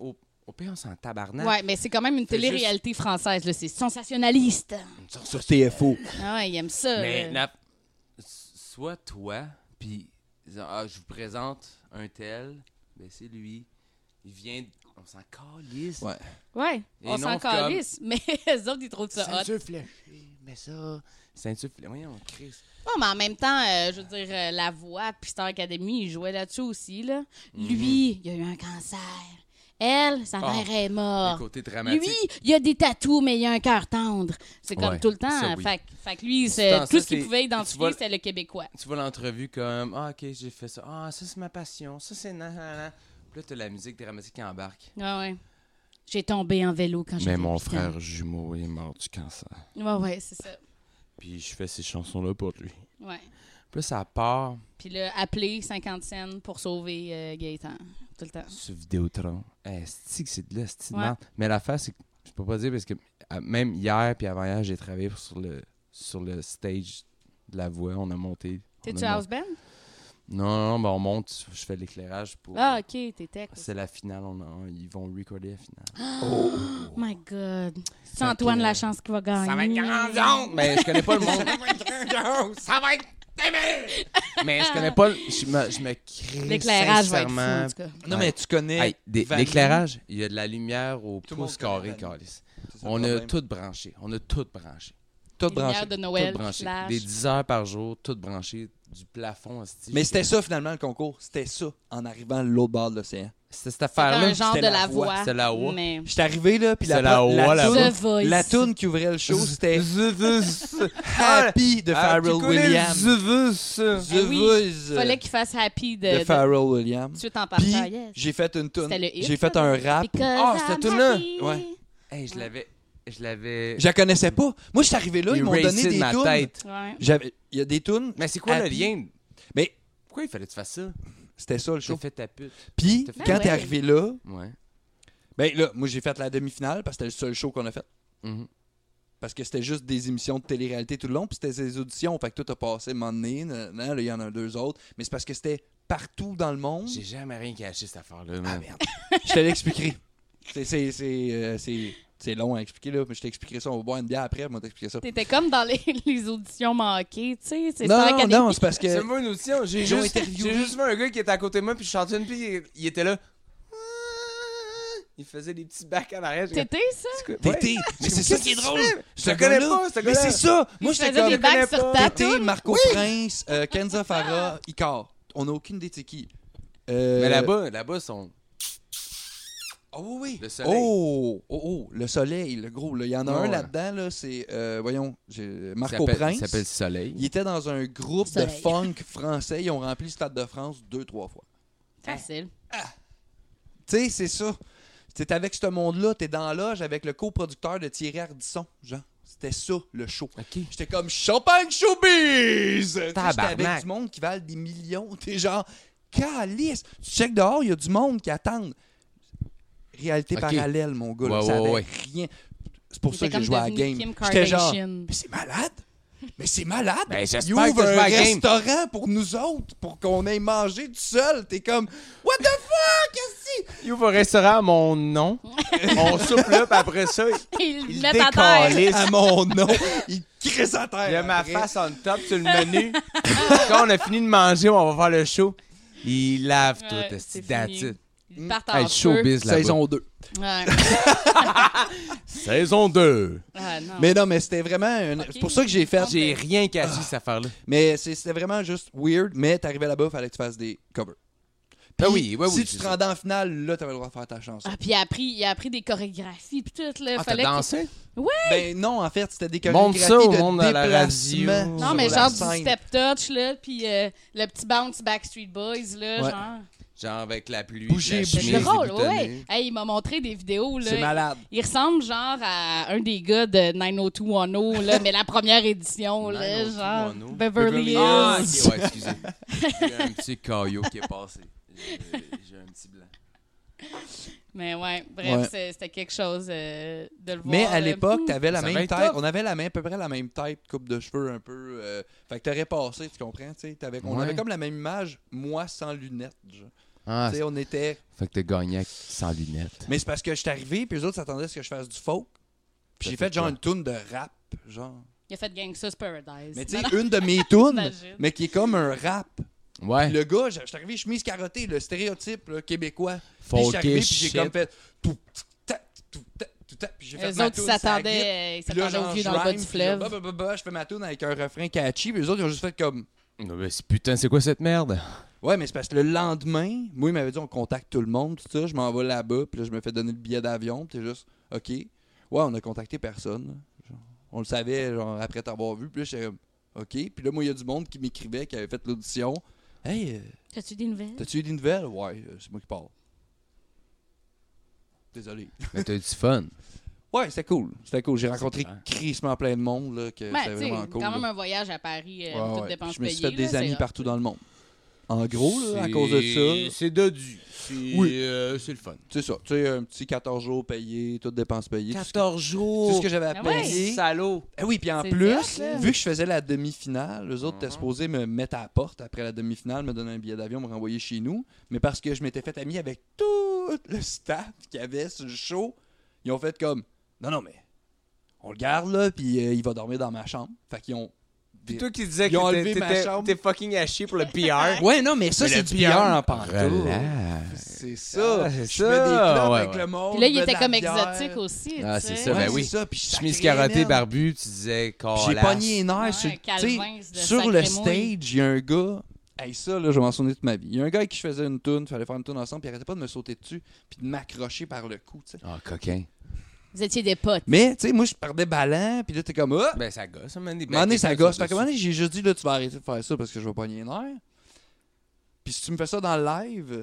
au pire, on s'en tabarnak. Ouais, mais c'est quand même une Fais télé-réalité française, là. C'est sensationnaliste. Sur TFO. Ah ouais, il aime ça. Mais là. soit toi, puis je vous présente un tel, ben c'est lui. Il vient, on s'en calisse. Ouais. Ouais, Et on non, s'en calisse, mais eux autres, ils trouvent ça hot. Ceinture fléchée, mais ça... Ceinture fléchée, voyons, Chris. Oh, mais en même temps, je veux dire, La Voix puis Star Academy, il jouait là-dessus aussi, là. Lui, il a eu un cancer. Elle, sa mère est Le morte. côté dramatique. Lui, il a des tatous, mais il a un cœur tendre. C'est comme Ouais, tout le temps. ça, oui. Fait que lui, Tant, tout ça, ce qu'il c'est- pouvait tu identifier, vois- c'était le Québécois. Tu vois l'entrevue comme, ah, OK, j'ai fait ça. Ah, ça, c'est ma passion. Ça, c'est... nanana. Puis là, t'as la musique dramatique qui embarque. Ouais. J'ai tombé en vélo quand j'étais Mais mon 8 ans. frère jumeau est mort du cancer. Ouais, c'est ça. Puis je fais ces chansons-là pour lui. Ouais. Puis là, ça part Puis là, appeler 50 cents pour sauver Gaëtan. Tout le temps. sur Vidéotron. C'est que c'est de la style Ouais. Mais l'affaire, c'est que je peux pas dire parce que même hier puis avant-hier, j'ai travaillé sur le stage de La Voix. On a monté. T'es-tu on a house band? Non, ben on monte. Je fais l'éclairage pour... Ah, OK, t'es tech. C'est la finale. Ils vont recorder la finale. Oh my God. C'est Antoine que- Lachance qui va gagner. Ça va être grandiose! Mais je connais pas le monde. Ça va être grandiose! Ça va être aimé! Mais je connais pas... Je me crée L'éclairage va être fou, sincèrement... en tout cas. Non, mais tu connais. Hey, Vanille. l'éclairage, il y a de la lumière au Tout le monde pouce connaît carré, Vanille. calice. C'est ça le On a problème. tout branché. On a tout branché. Tout Les branché. lumières de Noël Tout qui branché. flashent. Des 10 heures par jour, tout branché. Du plafond, hostie. Mais c'était ça, finalement, le concours. C'était ça, en arrivant à l'autre bord de l'océan. C'était cette C'est affaire-là. un genre de c'était la la voix. voix. C'était la voix. Mais... J'étais arrivé, là, puis C'est la voix, la toune- The Voice. la toune qui ouvrait le show, c'était Happy de Pharrell Williams. The Eh oui, Voice fallait qu'il fasse happy de de Pharrell Williams. tout de suite en Puis, partant. Yes. j'ai fait une toune. C'était le hit, J'ai fait là. un rap. Ah, cette I'm tune-là? happy. Ouais. Hey, je l'avais... Je la connaissais pas. Moi, je suis arrivé là, ils m'ont donné erasé de des ma tunes. tête. Ouais. Il y a des tunes. Mais c'est quoi le Happy. lien? Mais Pourquoi il fallait que tu fasses ça? c'était ça, le J'ai show. fait ta pute. Puis, T'as fait- quand Ah t'es ouais. arrivé là, Ouais. ben là, moi, j'ai fait la demi-finale parce que c'était le seul show qu'on a fait. Mhm. Parce que c'était juste des émissions de télé-réalité tout le long, puis c'était des auditions. Fait que tout a passé un moment donné. Là, il y en a deux autres. Mais c'est parce que c'était partout dans le monde. J'ai jamais rien caché, cette affaire-là. Ah man. merde. Je te l'expliquerai. C'est long à expliquer, là. Mais je t'expliquerai ça. On va boire une bière après. Moi, t'expliquer ça. T'étais comme dans les auditions manquées, tu sais. C'est Non, Star non, Academy. non, c'est parce C'est que. moi une audition. J'ai Ils ont juste interviewé. vu un gars qui était à côté de moi, puis je chantais une, puis il était là. Il faisait des petits bacs en arrière. T'étais ça? Tété. Mais c'est ça qui est drôle. Je te connais pas, ce Mais gars-là. c'est ça. Moi, Il j'étais faisait comme. des bacs connais sur pas. ta Tété, toune. Marco Prince, Kenza Farah, Icar. On n'a aucune idée de c'est qui. Mais là-bas, sont. Oh oui, oui. Le soleil. Oh, le soleil, le gros. Là. Il y en a un Ouais. là-dedans, là, c'est, voyons, Marco Il Prince. s'appelle Soleil. Il était dans un groupe de Soleil. funk français. Ils ont rempli le Stade de France 2-3 fois. Facile. Tu sais, c'est ça. C'est avec ce monde-là, t'es dans la loge avec le coproducteur de Thierry Ardisson, genre. C'était ça, le show. OK. J'étais comme Champagne Showbiz! Tu sais, J'étais Tabarnak. avec du monde qui valent des millions. T'es genre, calice! Tu checkes dehors, il y a du monde qui attend. Réalité Ok. parallèle, mon gars. là. Ouais, Ça ouais, avait ouais. rien. C'est pour Il ça était que j'ai comme joué à la devenu game. Kim J'étais genre, Kardashian. mais c'est malade! Mais c'est malade! Ben, j'espère Il que ouvre je un joue à la game. restaurant pour nous autres, pour qu'on aille manger tout seul. T'es comme, what the fuck, qu'est-ce que Il ouvre un restaurant à mon nom. On soupe là, puis après ça, Ils il le mettent à terre. décalisse. à mon nom? Il crée sa terre. Il y a ma après. face on top sur le menu. Quand on a fini de manger, on va faire le show. Il lave tout, Ouais, esti, c'est that's fini. it. Ils partent en Hey, feu. showbiz là-bas. Saison 2. Ouais. Saison 2. Ah, non. Mais non, mais c'était vraiment. C'est pour ça que j'ai fait. J'ai rien caché, cette affaire-là. Mais c'était vraiment juste weird. Mais t'arrivais là-bas, il fallait que tu fasses des covers. Ah Puis, oui, oui, oui, si tu c'est te ça. rendais en finale, là, t'avais le droit de faire ta chanson. Ah, puis il a appris des chorégraphies, puis tout, là. Ah, t'as fallait que- dansé? Ben non, en fait, c'était des Montre chorégraphies ça au de monde à la déplacement radio. Non, sur mais la genre du scène. step touch, là, puis le petit bounce Backstreet Boys, là, Ouais. genre. Genre avec la pluie, Bouger, la bouger. C'est chemise drôle, déboutonnée. ouais. Hey, il m'a montré des vidéos, là. C'est malade. Il ressemble genre à un des gars de 90210, là, mais la première édition, là, genre 90210. Beverly Hills. Ah, ok, ouais, excusez. J'ai un petit caillot qui est passé. J'ai un petit blanc. Mais ouais, bref, Ouais. c'était quelque chose de le voir. Mais à là. l'époque, t'avais la Ça même va être tête. tough. On avait à peu près la même tête, coupe de cheveux un peu. Fait que t'aurais passé, tu comprends? On Ouais. avait comme la même image, moi sans lunettes. Genre. Ah, Tu sais, on était... fait que t'as gagné avec- sans lunettes. Mais c'est parce que je suis arrivé, puis les autres s'attendaient à ce que je fasse du folk. Puis Ça j'ai fait fait genre quoi? une toune de rap, genre. Il a fait Gangsta's Paradise. Mais tu sais, Non, non, une de mes tounes, j'imagine. mais qui est comme un rap. Ouais. Puis le gars, je suis arrivé chemise carottée, le stéréotype là, québécois. Puis je suis arrivé, Folkish puis j'ai shit. comme fait... Tout, tac, tout, tac, tout, tac, puis j'ai fait Eux ma autres, ils toune, ça s'attendaient ils Puis là, s'attendaient au genre, vieux je dans le bas rhyme, du puis là, fleuve. je fais ma tune avec un refrain catchy, puis les autres, ils ont juste fait comme... Non, mais c'est putain, c'est quoi cette merde? Ouais, mais c'est parce que le lendemain, moi, il m'avait dit on contacte tout le monde, tout ça. Je m'en vais là-bas, puis là, je me fais donner le billet d'avion, puis t'es juste, OK. Ouais, on a contacté personne. Là. Genre, on le savait, genre, après t'avoir vu, puis là, j'étais comme, OK. Puis là, moi, il y a du monde qui m'écrivait, qui avait fait l'audition. Hey, T'as-tu des nouvelles? t'as-tu eu des nouvelles? Ouais, c'est moi qui parle. Désolé. Mais t'as eu du fun. Ouais, c'était cool. C'était cool. J'ai rencontré clair. crissement plein de monde, là, que Ben, c'était tu sais, vraiment cool. quand même là. un voyage à Paris, Ouais, toutes ouais. dépenses Je me suis payées. fait des là, amis c'est partout dans le monde. En gros, là, à cause de ça. C'est dodu. Oui. C'est le fun. C'est ça. Tu sais, un petit 14 jours payés, toutes dépenses payées. 14 jours. Tout ce que j'avais à Ah ouais. payer. Salaud. Ah oui, puis en C'est plus, hot, là. vu que je faisais la demi-finale, eux autres étaient supposés me mettre à la porte après la demi-finale, me donner un billet d'avion, me renvoyer chez nous. Mais parce que je m'étais fait ami avec tout le staff qu'il y avait sur le show, ils ont fait comme non, mais on le garde là, puis il va dormir dans ma chambre. Fait qu'ils ont. Puis toi qui disais Ils ont que enlevé ma chambre. t'es fucking à chier pour le PR. Ouais, non, mais ça, Mais c'est le du PR PR en pantoute. Relax. C'est ça. Ah, c'est je ça. fais des clubs Ouais, avec ouais. le monde. Puis là, il je bois était de la comme bière. exotique aussi. Ah, tu c'est sais. ça, ben Ouais, oui. c'est ça. Puis je Chemise sacrais, carottée, man. barbu, tu disais J'ai pogné les nerfs. Ouais, sur- tu sais, Calvin, de sur le Sacré-Mouille. stage, il y a un gars. Hey, ça, là, je vais m'en souvenir toute ma vie. Il y a un gars avec qui je faisais une toune, il fallait faire une toune ensemble, puis il arrêtait pas de me sauter dessus, puis de m'accrocher par le cou, tu sais. Ah, coquin. Vous étiez des potes. Mais, tu sais, moi, je perdais ballon, puis là, t'es comme, ah! Ben, ça gosse. À un moment donné, À un moment donné, ça gosse. Fait qu'à un moment donné, j'ai juste dit, là, tu vas arrêter de faire ça parce que je vais pogner les nerfs. Puis si tu me fais ça dans le live,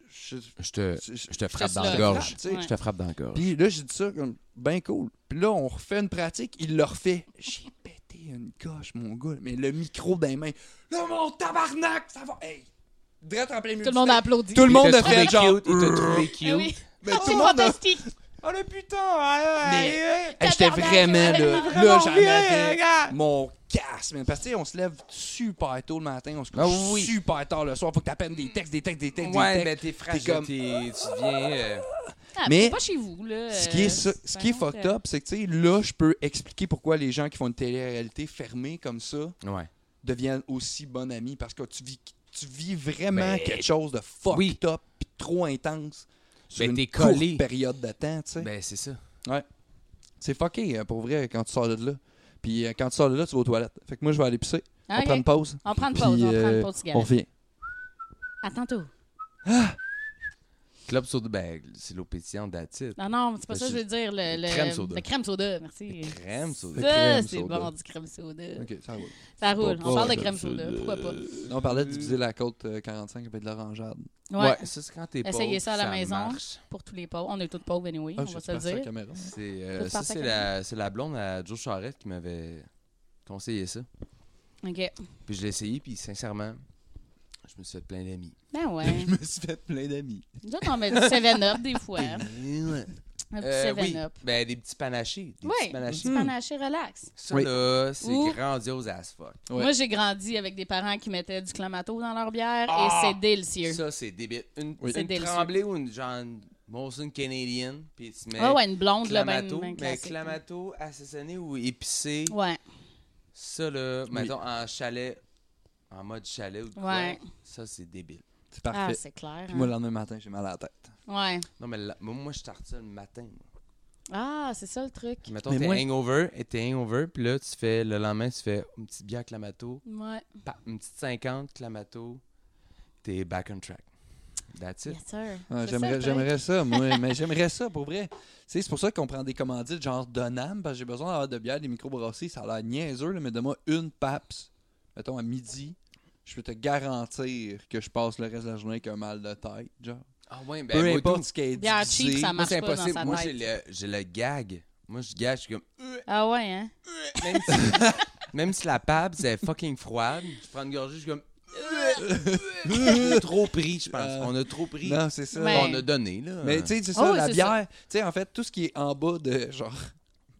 Je te frappe dans te la frappe, gorge. tu sais. Ouais. Je te frappe dans la gorge. Puis là, j'ai dit ça comme, ben cool. Puis là, on refait une pratique, il le refait. J'ai pété une coche, mon gars. Mais le micro dans les mains. Là, mon tabarnak, ça va. Hey! Direct en plein milieu Tout le du monde a stage. applaudi. Tout le monde Il t'a a fait trouvé genre. cute, il t'a trouvé cute. Ah oui. Mais Oh, tout c'est le monde a. fantastique. Oh le putain! Mais- Hey, j'étais Tabarnak, vraiment ouais. là. Vraiment Là, j'en bien, avais regarde. mon casse, man. Parce que tu sais, on se lève super tôt le matin, on se couche Ah oui. super tard le soir. Faut que t'apprennes des textes, des textes, des textes, Ouais, des mais textes. t'es fragile. comme- Tu deviens. Ah, Mais- c'est pas chez vous, là. Ce qui est, ce qui est par fucked contre, up, c'est que, tu sais, là, je peux expliquer pourquoi les gens qui font une télé-réalité fermée comme ça Ouais. deviennent aussi bons amis. Parce que tu vis vraiment Ben, quelque chose de fucked oui. up pis trop intense sur Ben, une t'es courte collé. période de temps, tu sais. Ben, c'est ça. C'est fucké, pour vrai, quand tu sors de là. Puis quand tu sors de là, tu vas aux toilettes. Fait que moi, je vais aller pisser. On Ok. prend une pause. On prend une Puis, pause, on prend une pause on cigarette. revient. À tantôt. Club soda, ben, c'est l'eau pétillante d'attitude. Non, non, c'est pas Le ça que je veux dire. Le crème soda. Le crème soda, merci. Crème soda. Ça, crème c'est soda. bon, du crème soda. Ok, ça roule. Ça roule. pas On parle de crème crème soda. Pourquoi pas? Là, on parlait de diviser la côte 45 avec de l'orangeade. Ouais. Ça, c'est quand t'es pauvre. Essayez ça à la maison. marche. Pour tous les pauvres. On est tous pauvres, anyway. Ah, On je va sais se le pas, c'est la dire. caméra. C'est Tout par ta c'est la blonde à Joe Charette qui m'avait conseillé ça. OK. Puis je l'ai essayé, puis sincèrement, je me suis fait plein d'amis. Ben ouais. Je me suis fait plein d'amis. Nous autres, on met du 7-Up des fois. Un petit Oui, 7-Up. ben des petits panachés. Des Oui, petits un panachés. petit panaché relax. Ça, Oui. là, c'est Ou- grandiose as fuck. Ouais. Moi, j'ai grandi avec des parents qui mettaient du clamato dans leur bière Ah! et c'est délicieux. Ça, c'est débile. Une, Oui. C'est une délicieux. tremblée ou une genre une Molson Canadian, puis tu mets Ah ouais, une blonde, là, ben, clamato, ben mais classique. clamato assaisonné ou épicé. Ouais. Ça, là, mettons, en chalet, en mode chalet ou de quoi, Ouais. ça, c'est débile. C'est Ah, parfait. c'est clair. Puis moi, hein. le lendemain matin, j'ai mal à la tête. Ouais. Non, mais moi, je starte ça le matin. moi. Ah, c'est ça le truc. Mettons, Mais t'es moi- hangover, puis là, tu fais, le lendemain, tu fais une petite bière clamato, Ouais. une petite 50 clamato, t'es back on track. That's it. Yes, sir. Ouais, C'est ça, j'aimerais, le truc. j'aimerais ça, moi. Mais j'aimerais ça, pour vrai. Tu sais, c'est pour ça qu'on prend des commandites genre Donham, parce que j'ai besoin d'avoir de bière, des microbrassés. Ça a l'air niaiseux, là, mais donne-moi une PAPS, mettons, à midi. Je peux te garantir que je passe le reste de la journée avec un mal de tête, genre. Ah ouais, ben, Peu moi, importe tout. ce qui est Bière divisé. cheap, ça Moi, marche c'est pas dans impossible. sa Moi, tête. j'ai le gag. Moi, je gage, je suis comme... Ah ouais, hein? Même si, même si la pab, c'est fucking froide, je prends une gorgée, je suis comme... On a trop pris, je pense. On a trop pris. Non, c'est ça. Mais- On a donné, là. Mais tu sais, c'est ça, Oh, la c'est bière. Tu sais, en fait, tout ce qui est en bas de genre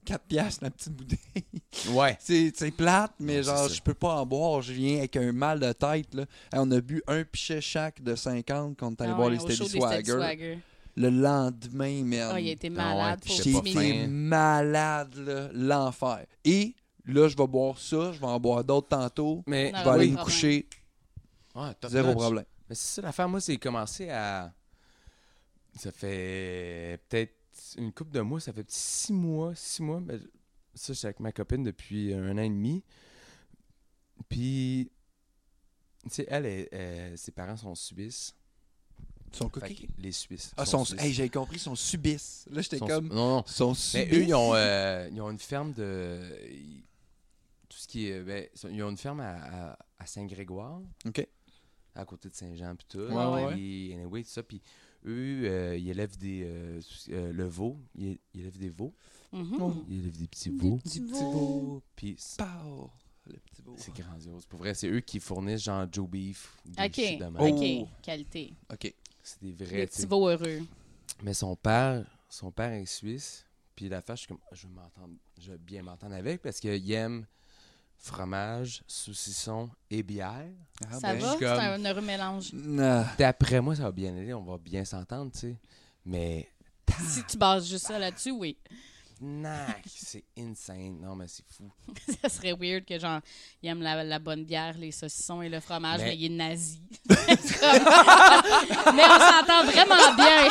4$ la petite bouteille. Ouais. C'est plate, mais Non, genre, c'est ça. je peux pas en boire. Je viens avec un mal de tête. Là. Hey, on a bu un pichet chaque de 50 quand on est allé voir les au show Steady des Steady Swagger. Swagger. Le lendemain, merde. Ah, il a été Ah ouais, malade. puis Faut j'étais que pas tu J'étais fin. malade, là, l'enfer. Et là, je vais boire ça, je vais en boire d'autres tantôt. Mais Non, Je vais aller oui. me coucher, ouais, top zéro notch. problème. Mais c'est ça l'affaire. Moi, c'est commencé à. Ça fait peut-être une couple de mois. Ça fait 6 mois. 6 mois. Mais ça, je suis avec ma copine depuis 1 an et demi. Puis, tu sais, ses parents sont suisses. Son Fait cookie. que les Suisses. Ah, sont suisses. hey, j'avais compris, son subis. Là, j'étais Sont- comme. Non, non. Son Mais subis. eux, ils ont une ferme de. Tout ce qui est. Ils ont une ferme à Saint-Grégoire, OK. à côté de Saint-Jean, puis tout. Ouais, ouais. Puis, anyway, tout ça. Puis eux, ils élèvent le veau. Ils élèvent des veaux. Mhm. Ils élèvent des petits veaux. Des petits veaux. Puis Pow! Le petit veau. c'est grandiose. Pour vrai, c'est eux qui fournissent genre Joe Beef. Des OK. shit de même. Oh. OK. Qualité. OK. C'est des Les vrais. tu petits sais. veaux heureux. Mais son père est suisse. Puis l'affaire, je suis comme, je veux bien m'entendre avec parce qu'il aime fromage, saucisson et bière. Ah, Ça ben, va? je suis C'est comme- un heureux mélange. Nah. D'après moi, ça va bien aller. On va bien s'entendre, tu sais. Mais, Si tu bases juste ça là-dessus, oui. nac, c'est insane. Non, mais c'est fou. Ça serait weird que, genre, il aime la bonne bière, les saucissons et le fromage, mais, Mais- il est nazi. C'est comme- mais on s'entend vraiment bien.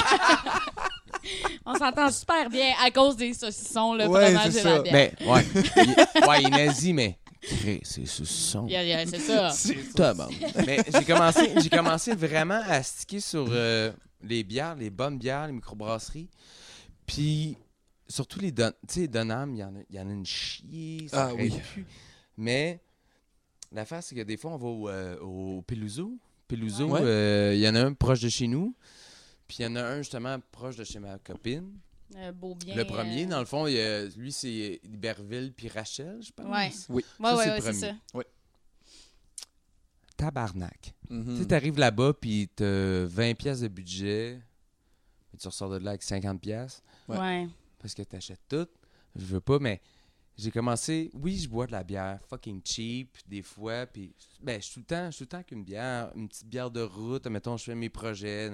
On s'entend super bien à cause des saucissons, le Ouais, fromage c'est et la ça. bière. Mais, ouais. Il est nazi, mais. C'est saucisson. C'est ça. Tabarnak. Mais j'ai commencé vraiment à sticker sur les bières, les bonnes bières, les microbrasseries. Puis surtout les Dunham, il y en a une chier. Ça Ah arrête oui. plus. Mais l'affaire, c'est que des fois, on va au Peluso. Peluso, Ouais. il y en a un proche de chez nous. Puis il y en a un justement proche de chez ma copine. Beau bien. Le premier, dans le fond, lui, c'est Iberville puis Rachel, je pense. Ouais. Oui. Ouais, ça, ouais, c'est ouais, le c'est premier. ça. Tabarnak. Mhm. Tu sais, t'arrives là-bas, puis t'as 20 pièces de budget, puis tu ressors de là avec 50 pièces Ouais. Ouais. parce que t'achètes tout. Je veux pas, mais j'ai commencé... Oui, je bois de la bière fucking cheap, des fois, puis... Ben, je suis tout le temps avec une bière, une petite bière de route, mettons, je fais mes projets,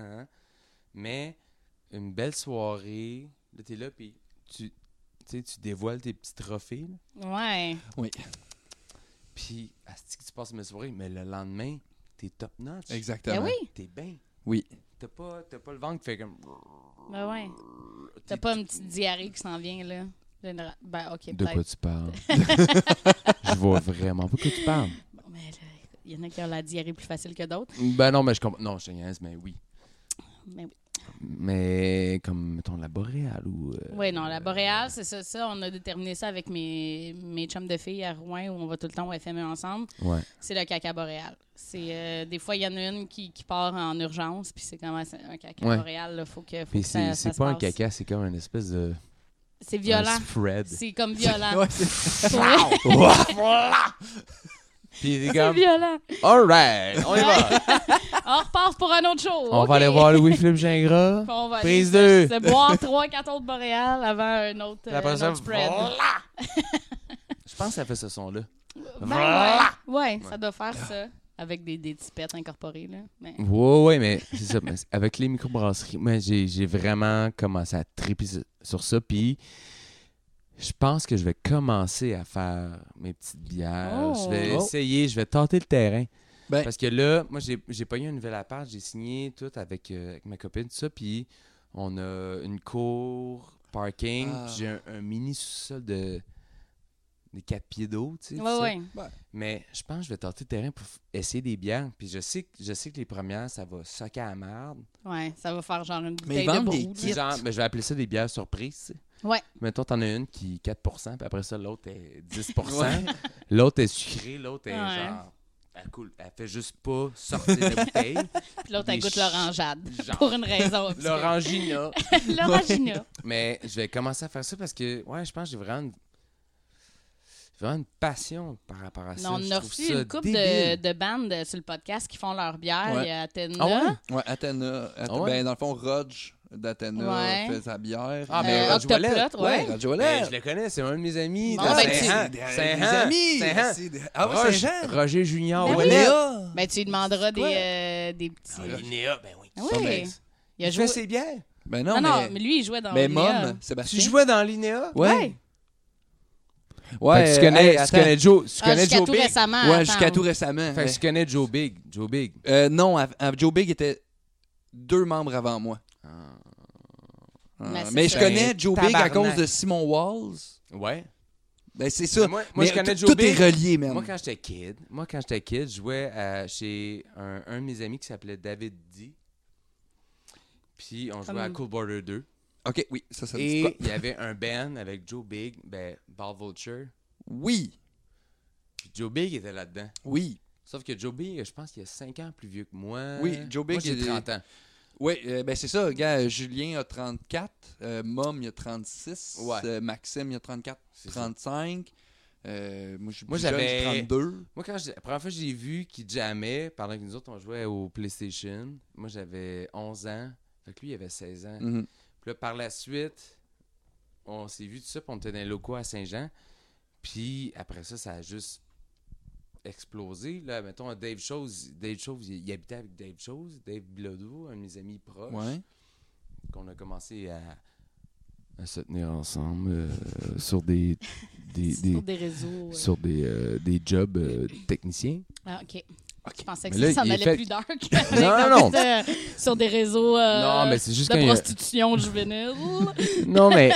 mais une belle soirée, là, t'es là, puis tu dévoiles tes petits trophées, là. Ouais. Oui. Puis, asti que tu passes mes soirées, mais le lendemain, t'es top notch. Exactement. Ben oui. T'es bien. Oui. T'as pas le ventre qui fait comme... Ben ouais. T'as pas une petite diarrhée qui s'en vient, là? Ben, OK, De quoi peut-être. tu parles? Je vois vraiment pas que tu parles. Bon, mais là, il y en a qui ont la diarrhée plus facile que d'autres. Ben non, mais je comprends. Non, je te niaise, mais oui. Mais oui. Mais comme, mettons, la boréale ou... Oui, non, la boréale, c'est ça. On a déterminé ça avec mes chums de filles à Rouen, où on va tout le temps au FME ensemble. Ouais. C'est le caca boréal. C'est des fois, il y en a une qui part en urgence, puis c'est comme un caca Ouais. boréal. Il faut que Puis ça c'est se pas un passe. caca, c'est comme une espèce de... C'est violent. Un spread. C'est comme violent. Ouais, c'est- Pour vrai, Puis c'est c'est comme... violent. Alright, on y va. On repart pour un autre show. On OK. va aller voir Louis-Philippe Gingras. Puis on va Prise aller 2. se boire 3-4 autres boréales avant un autre, Puis après un ça, autre spread. voilà. Je pense que ça fait ce son-là. Ben, ouais, ça doit faire ça. Avec des tipettes incorporées, là. Mais... Ouais, mais c'est ça. Mais avec les microbrasseries, moi, j'ai vraiment commencé à triper sur ça. Puis, je pense que je vais commencer à faire mes petites bières. Oh. Je vais Oh. essayer, je vais tenter le terrain. Ben- Parce que là, moi, j'ai pogné un nouvel appart. J'ai signé tout avec ma copine, tout ça. Puis, on a une cour, parking. Ah. Puis j'ai un mini sous-sol des 4 pieds d'eau, tu sais. tout ça. Ouais. Mais je pense que je vais tenter le terrain pour essayer des bières. Puis je sais que les premières, ça va socker à la merde. Ouais, ça va faire genre une Mais bouteille ils de vendent des brou. kits. là. Genre, ben, je vais appeler ça des bières surprises. Tu sais. Ouais. Mettons, t'en as une qui est 4%, puis après ça, l'autre est 10%. Ouais. L'autre est sucrée, l'autre est Ouais. genre... Elle coule. Elle fait juste pas sortir de la bouteille. Puis l'autre, elle Des goûte l'orangeade. genre. Pour une raison. obscure. L'orangina. L'orangina. Mais je vais commencer à faire ça parce que, ouais, je pense que j'ai vraiment une passion par rapport à ça. Non, on Je a trouve reçu ça une couple débile. de bandes sur le podcast qui font leur bière. Ouais. Il y a Athéna. Ah ouais? Ouais, Athéna. Ah ouais? Ben, dans le fond, Rodge d'Athena Ouais. fait sa bière. Ah, ben, Roger Octoplot, Ouellet. ouais. Roger Ben, Ouellet. je le connais, c'est un de mes amis. Bon, de ben, Saint-Jean. des Saint-Jean. amis. Saint-Jean. Ah oui, Saint-Jean. Roger Junior Ben oui. Ouellet. Léa. Ben, tu lui demanderas C'est quoi? des petits. Linéa, ben oui. Ah oui. ben, Il a Il joué. fait ses bières. Ben Non, non, mais lui, il jouait dans mais Linéa. Mom, Sébastien. Tu jouais dans Linéa? Ouais. Fait que tu connais, tu attends. connais Joe, tu Ah, connais jusqu'à Joe tout Big. récemment. Ouais, attends. jusqu'à tout récemment. Fait que tu connais Joe Big. Joe Big. Non, Joe Big était 2 membres avant moi. Mais c'est Mais ça. je connais Joe Big à Tabarnak. cause de Simon Walls. Ouais. Ben c'est ça. Mais moi, Mais je connais tout Joe tout est Big. relié, man. Moi, quand j'étais kid, je jouais chez un de mes amis qui s'appelait David D. Puis on jouait à Cool Border 2. OK, oui, ça me dit Et quoi? il y avait un band avec Joe Big, Ball Vulture. Oui, Puis Joe Big était là-dedans. oui. Sauf que Joe Big, je pense qu'il a 5 ans plus vieux que moi. Oui, Joe Big, Moi, j'ai il est- 30 ans. Oui, ben c'est ça, gars. Julien a 34, Mom, il a 36, Ouais. Maxime, il a 34, C'est ça. 35. Moi, Moi, j'avais j'avais- 32. Moi, la première fois que j'ai vu qu'il jammait, pendant que nous autres, on jouait au PlayStation, moi, j'avais 11 ans. Fait que lui, il avait 16 ans. Mhm. Puis là, par la suite, on s'est vu tout ça, puis on était dans les locaux à Saint-Jean. Puis après ça, ça a juste explosé. Là, mettons, Dave Chose, il habitait avec Dave Chose, Dave Bilodeau, un de mes amis proches, Ouais. qu'on a commencé à se tenir ensemble sur des Sur des réseaux. sur des jobs techniciens. Ah, OK. Je pensais que Mais là, ça s'en il est allait fait- plus dark. Non. Sur des réseaux Non, mais c'est juste de quand il y a- prostitution juvénile. Non, mais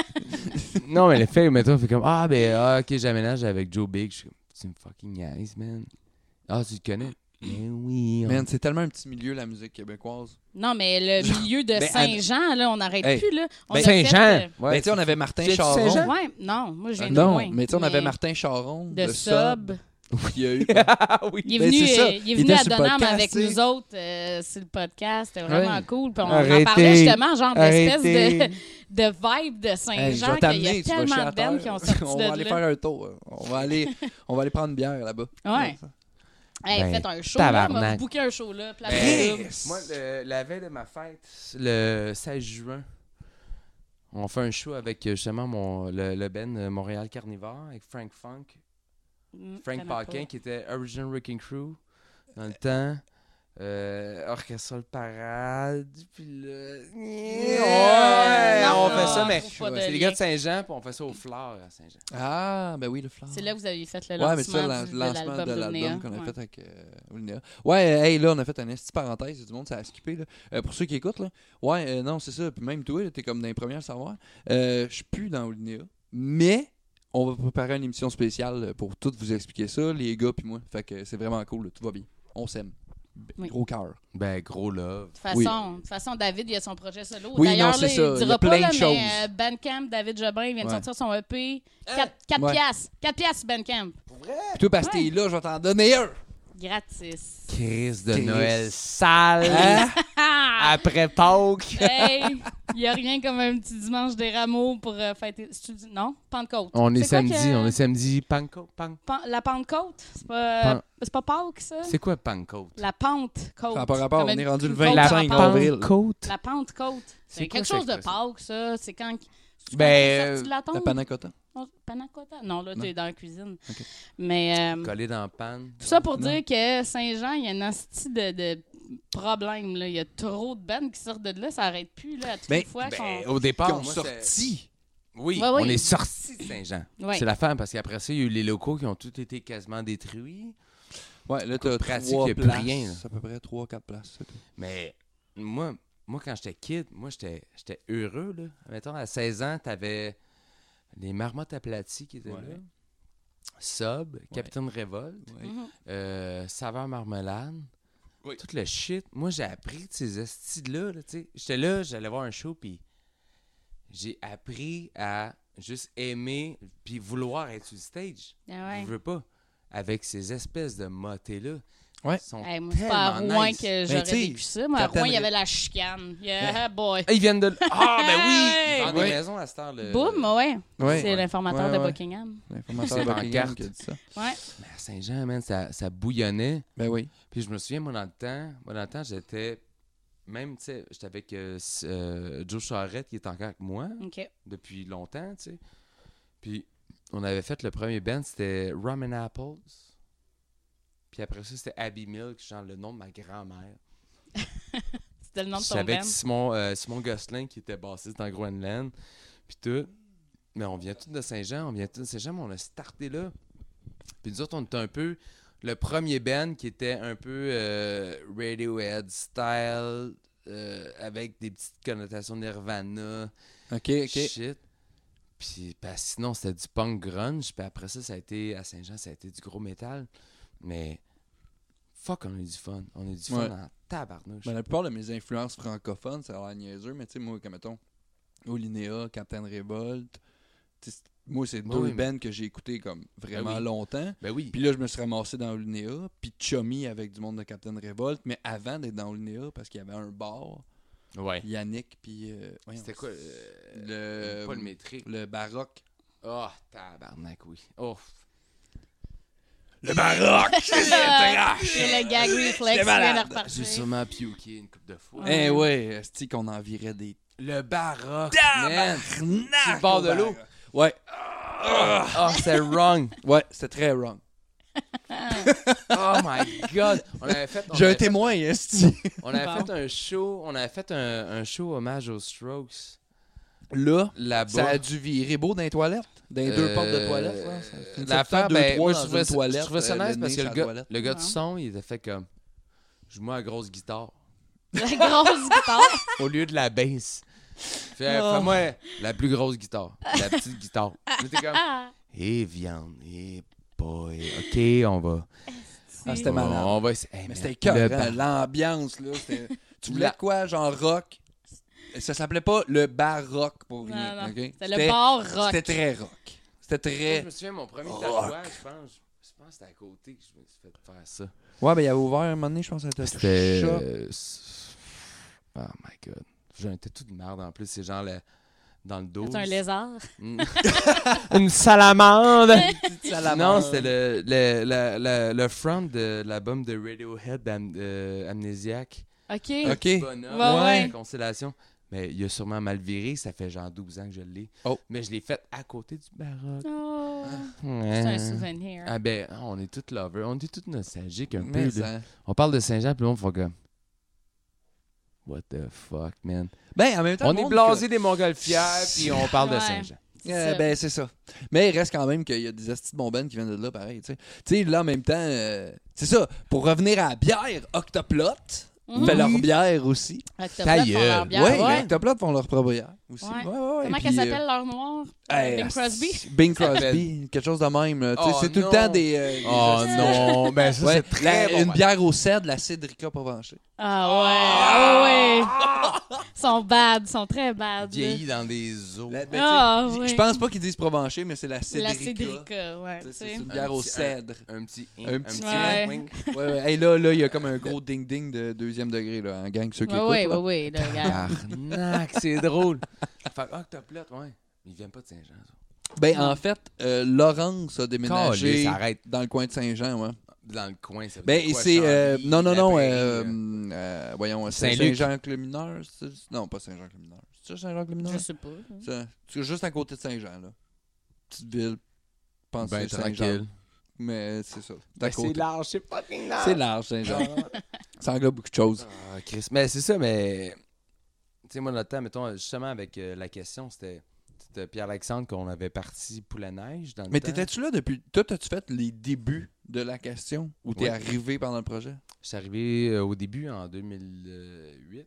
le fait, mettons, fait comme ok, j'aménage avec Joe Big. Je suis comme, tu me fucking nice, man. Ah, tu le connais? Mais oui. Man, c'est tellement un petit milieu, la musique québécoise. Non, mais le milieu de Ben, Saint-Jean, là, on n'arrête Hey. plus. Là. On Ben, a fait, Saint-Jean! Ben, tu sais, on avait Martin Tu es de Charon. Saint-Jean? Ouais, non, moi, je viens de Non, loin. mais tu sais, on avait Martin Charon de Sub. Il y a eu. Ah oui. Il est Ben, venu, c'est ça. il est Il venu était à sur le Donham podcast, avec tu sais. nous autres sur le podcast. C'était vraiment Ouais. cool. Puis on en Arrêtez. parlait justement, genre, d'espèce Arrêtez. de vibe de Hey, je Saint-Jean vais qu'il y a t'amener, tu vas tellement chier de à terre. bands qui ont sorti On de va aller là. faire un tour. On va aller prendre une bière là-bas. Ouais. Hey, Ben, faites un show, là. On va tabarnak. booker un show, là. Place Ben, Double. moi, la veille de ma fête, le 16 juin, on fait un show avec justement le band Montréal Carnivore avec Frank Funk. Frank Connais Paquin pas. qui était Original Wrecking Crew dans le temps. Orchestral Parade. Puis là. Ouais, non, on fait ça, non, mais trouve pas de c'est les lien. gars de Saint-Jean, puis on fait ça au Fleur à Saint-Jean. Ah, ben oui, le flan. C'est là que vous avez fait le Ouais, mais ça, lancement le lancement de de l'album l'album qu'on a ouais. fait avec Linéa. Ouais, hey, là, on a fait un esti parenthèse, c'est du monde, ça a skippé, là. Pour ceux qui écoutent, là. Ouais, non, c'est ça. Puis même toi, là, t'es comme dans les premiers à le savoir. Je suis plus dans Linéa, mais on va préparer une émission spéciale pour tout vous expliquer ça, les gars puis moi. Fait que c'est vraiment cool, là, tout va bien. On s'aime. Oui. Gros cœur. Ben, gros love. De toute façon, David, il a son projet solo. Oui, D'ailleurs, non, c'est là, ça. il Il y a dira plein pas, de là, choses. mais Bandcamp, David Jobin, il vient de Ouais. sortir son EP. 4 Ouais. piastres. 4 piastres, Bandcamp. Puis toi, parce que Ouais. t'es là, je vais t'en donner un. Gratis. Crise de Chris. Noël sale. Hein? Ah! Après Pâques. Hey! Il n'y a rien comme un petit dimanche des rameaux pour fêter. Non? Pentecôte. On est C'est quoi samedi, que- on est samedi. Pentecôte. La Pentecôte? C'est pas Pâques, ça? C'est quoi Pentecôte? La Pentecôte. Ça n'a pas rapport, Comme on une- est rendu le une côte 25 en pente. avril. Pentecôte? La Pentecôte. C'est C'est quoi quelque cette chose de expression? Pâques, ça. C'est quand... c'est Ben, quand t'es sorti de la tombe? La panna cotta. Oh, panna cotta? Non, là, Non. t'es dans la cuisine. Ok. Mais Collé dans la panne. tout ça pour Non. dire que Saint-Jean, il y a un asti de problème. Là. Il y a trop de bandes qui sortent de là. Ça arrête plus là, à toutes Ben, les fois. Ben, qu'on- au Qui départ, ont moi, sorti. Oui, Ouais, oui. on est sorti de Saint-Jean. Ouais. C'est la fin, parce qu'après ça, il y a eu les locaux qui ont tous été quasiment détruits. Ouais, là, t'as pratique, 3 y a plus places. rien, là. C'est à peu près 3-4 places. c'est tout. Mais moi quand j'étais kid, j'étais heureux. Là. Mettons, à 16 ans, t'avais les Marmottes aplaties qui étaient Ouais. là. Sub, Capitaine Révolte, Ouais. Mhm. Saveur Marmelade. Oui. Tout le shit. Moi, j'ai appris de ces estis-là. Là, tu sais. J'étais là, j'allais voir un show, puis j'ai appris à juste aimer, puis vouloir être sur le stage. Ah ouais. Je veux pas. Avec ces espèces de motés-là. Ouais. Ils sont Hey, moi, c'est pas à tellement Rouen nice. que j'aurais tu sais, vécu ça. Moi, à Captain Rouen, il y Ré- avait la chicane. Yeah, boy. Ah, ils viennent de... Ah, ben oui! Ils vendent Ouais. des maisons à cette heure. Le... Boum, ouais. Ouais. C'est l'informateur Ouais, de ouais. Buckingham. L'informateur C'est de Buckingham pancarte. qui a dit ça. Ouais. Mais à Saint-Jean, man, ça bouillonnait. Ben oui. Puis je me souviens, moi, dans le temps, j'étais même, tu sais, j'étais avec Joe Charette qui est encore avec moi OK. depuis longtemps, tu sais. Puis on avait fait le premier band, c'était Rum and Apples. Puis après ça, c'était Abbey Milk, genre le nom de ma grand-mère. C'était le nom de ton J'étais avec band. Simon Gosselin qui était bassiste dans Groenland. Puis tout. Mais on vient tous de Saint-Jean, mais on a starté là. Puis nous autres, on était un peu le premier band qui était un peu Radiohead style, avec des petites connotations Nirvana. OK. Shit. Puis sinon, c'était du punk grunge. Puis après ça, ça a été, à Saint-Jean, ça a été du gros métal. Mais fuck, on a eu du fun. On a eu du fun en tabarnouche. Ben, la plupart de mes influences francophones, ça a l'air niaiseux, mais tu sais, moi, comme mettons, Olinéa, Captain Revolt, moi, c'est deux bands que j'ai écoutés comme vraiment longtemps. Ben oui. Puis là, je me suis ramassé dans Olinéa, puis chummy avec du monde de Captain Revolt, mais avant d'être dans Olinéa, parce qu'il y avait un bar, Yannick, puis... c'était quoi? Pas le métrique. Le baroque. Oh, tabarnak, oui. Oh. Le baroque! C'est le gag reflex qui vient de repartir. J'ai sûrement piouqué une couple de fois. Eh ouais, c'est qu'on en virait des... Le baroque, man! Sur le bord de l'eau. Ouais. Oh, c'est wrong. Ouais, c'était très wrong. Oh my God. On avait fait... J'ai un témoin, esti. On avait fait un show. On avait fait un show hommage aux Strokes. Là-bas, ça a Là-bas. dû virer beau dans les toilettes. Dans les deux portes de toilettes. Là. L'affaire, ben, moi, je trouvais toilette, ça nice parce que toilette. le gars du son, il était fait comme... Joue-moi la grosse guitare. La grosse guitare. Au lieu de la bass. Fais-moi la plus grosse guitare. La petite guitare. T'es comme... viande, boy. OK, on va... c'était malade. On va... Mais c'était écœurant, l'ambiance, là. Tu voulais quoi, genre rock? Ça s'appelait pas le baroque pour rien. Non. Okay? C'était le bar rock. C'était très rock. C'était Moi, très... je me souviens, mon premier tatouage, je pense que c'était à côté que je me suis fait faire ça. Ouais, ben il avait ouvert un moment donné, je pense que c'était shop. Oh my God. J'ai un tatou de merde en plus. C'est genre dans le dos. C'est un lézard. Une salamande! salamande. Non, c'était le front de l'album de Radiohead Amnesiac. OK. OK. Bonhomme, Ouais. Constellation. Mais il a sûrement mal viré. Ça fait genre 12 ans que je l'ai. Oh. Mais je l'ai fait à côté du baroque. Oh. Ouais. C'est un souvenir. Ah ben, on est tous lovers. On est tous nostalgiques un Mais peu. ça... On parle de Saint-Jean, puis on fait comme... What the fuck, man? Ben, en même temps, On est blasé des Montgolfières, puis on parle de Ouais. Saint-Jean. Ça. Ben, c'est ça. Mais il reste quand même qu'il y a des astis de bon ben qui viennent de là, pareil. Tu sais, là, en même temps, c'est ça. Pour revenir à la bière, Octoplot fait leur bière aussi. Octoplot font leur bière. Oui, Ouais. Octoplot font leur propre bière aussi. Ouais. Ouais. Comment Puis, qu'elle s'appelle, leur noir? Bing Crosby? Bing Crosby, quelque chose de même. là. Tu sais, Oh, c'est tout non. le temps des Oh non, ben ça, ouais, c'est très bon. une bière au cèdre, la Cidrica Provencher. Ah ouais. Ils sont bad, ils sont très bad. Vieilli dans des eaux. Ouais. Je pense pas qu'ils disent Provencher, mais c'est la La Cidrica. Cédrica, ouais. Tu sais, tu C'est sais. une bière au cèdre. Un petit... Un petit Ouais. wink. Ouais. Hey, là, il y a comme un gros ding-ding de 2e degré, là, en gang, ceux qui écoutent. Ouais, là. ouais, là, regarde. Arnaque, c'est drôle. Fait que Octoplot, ouais. Ils viennent pas de Saint-Jean, ça. Ben, en fait, Laurence a déménagé Calisse, arrête. dans le coin de Saint-Jean, ouais. Dans le coin, ça veut Ben, dire quoi, c'est... Charlie, non, la voyons, c'est Saint-Luc. Saint-Jean-Clémineur. Non, pas Saint-Jean-Clémineur. C'est ça, Saint-Jean-Clémineur? Je sais pas. C'est juste à côté de Saint-Jean, là. Petite ville. Je pense que Ben, c'est Saint-Jean. tranquille. Mais c'est ça. Ben, à côté. c'est large, c'est fucking large. C'est large, Saint-Jean. Ça englobe beaucoup de choses. Ah, Chris. Mais c'est ça, mais... Tu sais, moi, notre temps, mettons, justement, avec la question, c'était Pierre-Alexandre qu'on avait parti pour la neige dans le Mais temps. t'étais-tu là depuis... Toi, as-tu fait les débuts de la question? Ou t'es Oui. arrivé pendant le projet? Je suis arrivé au début en 2008. Puis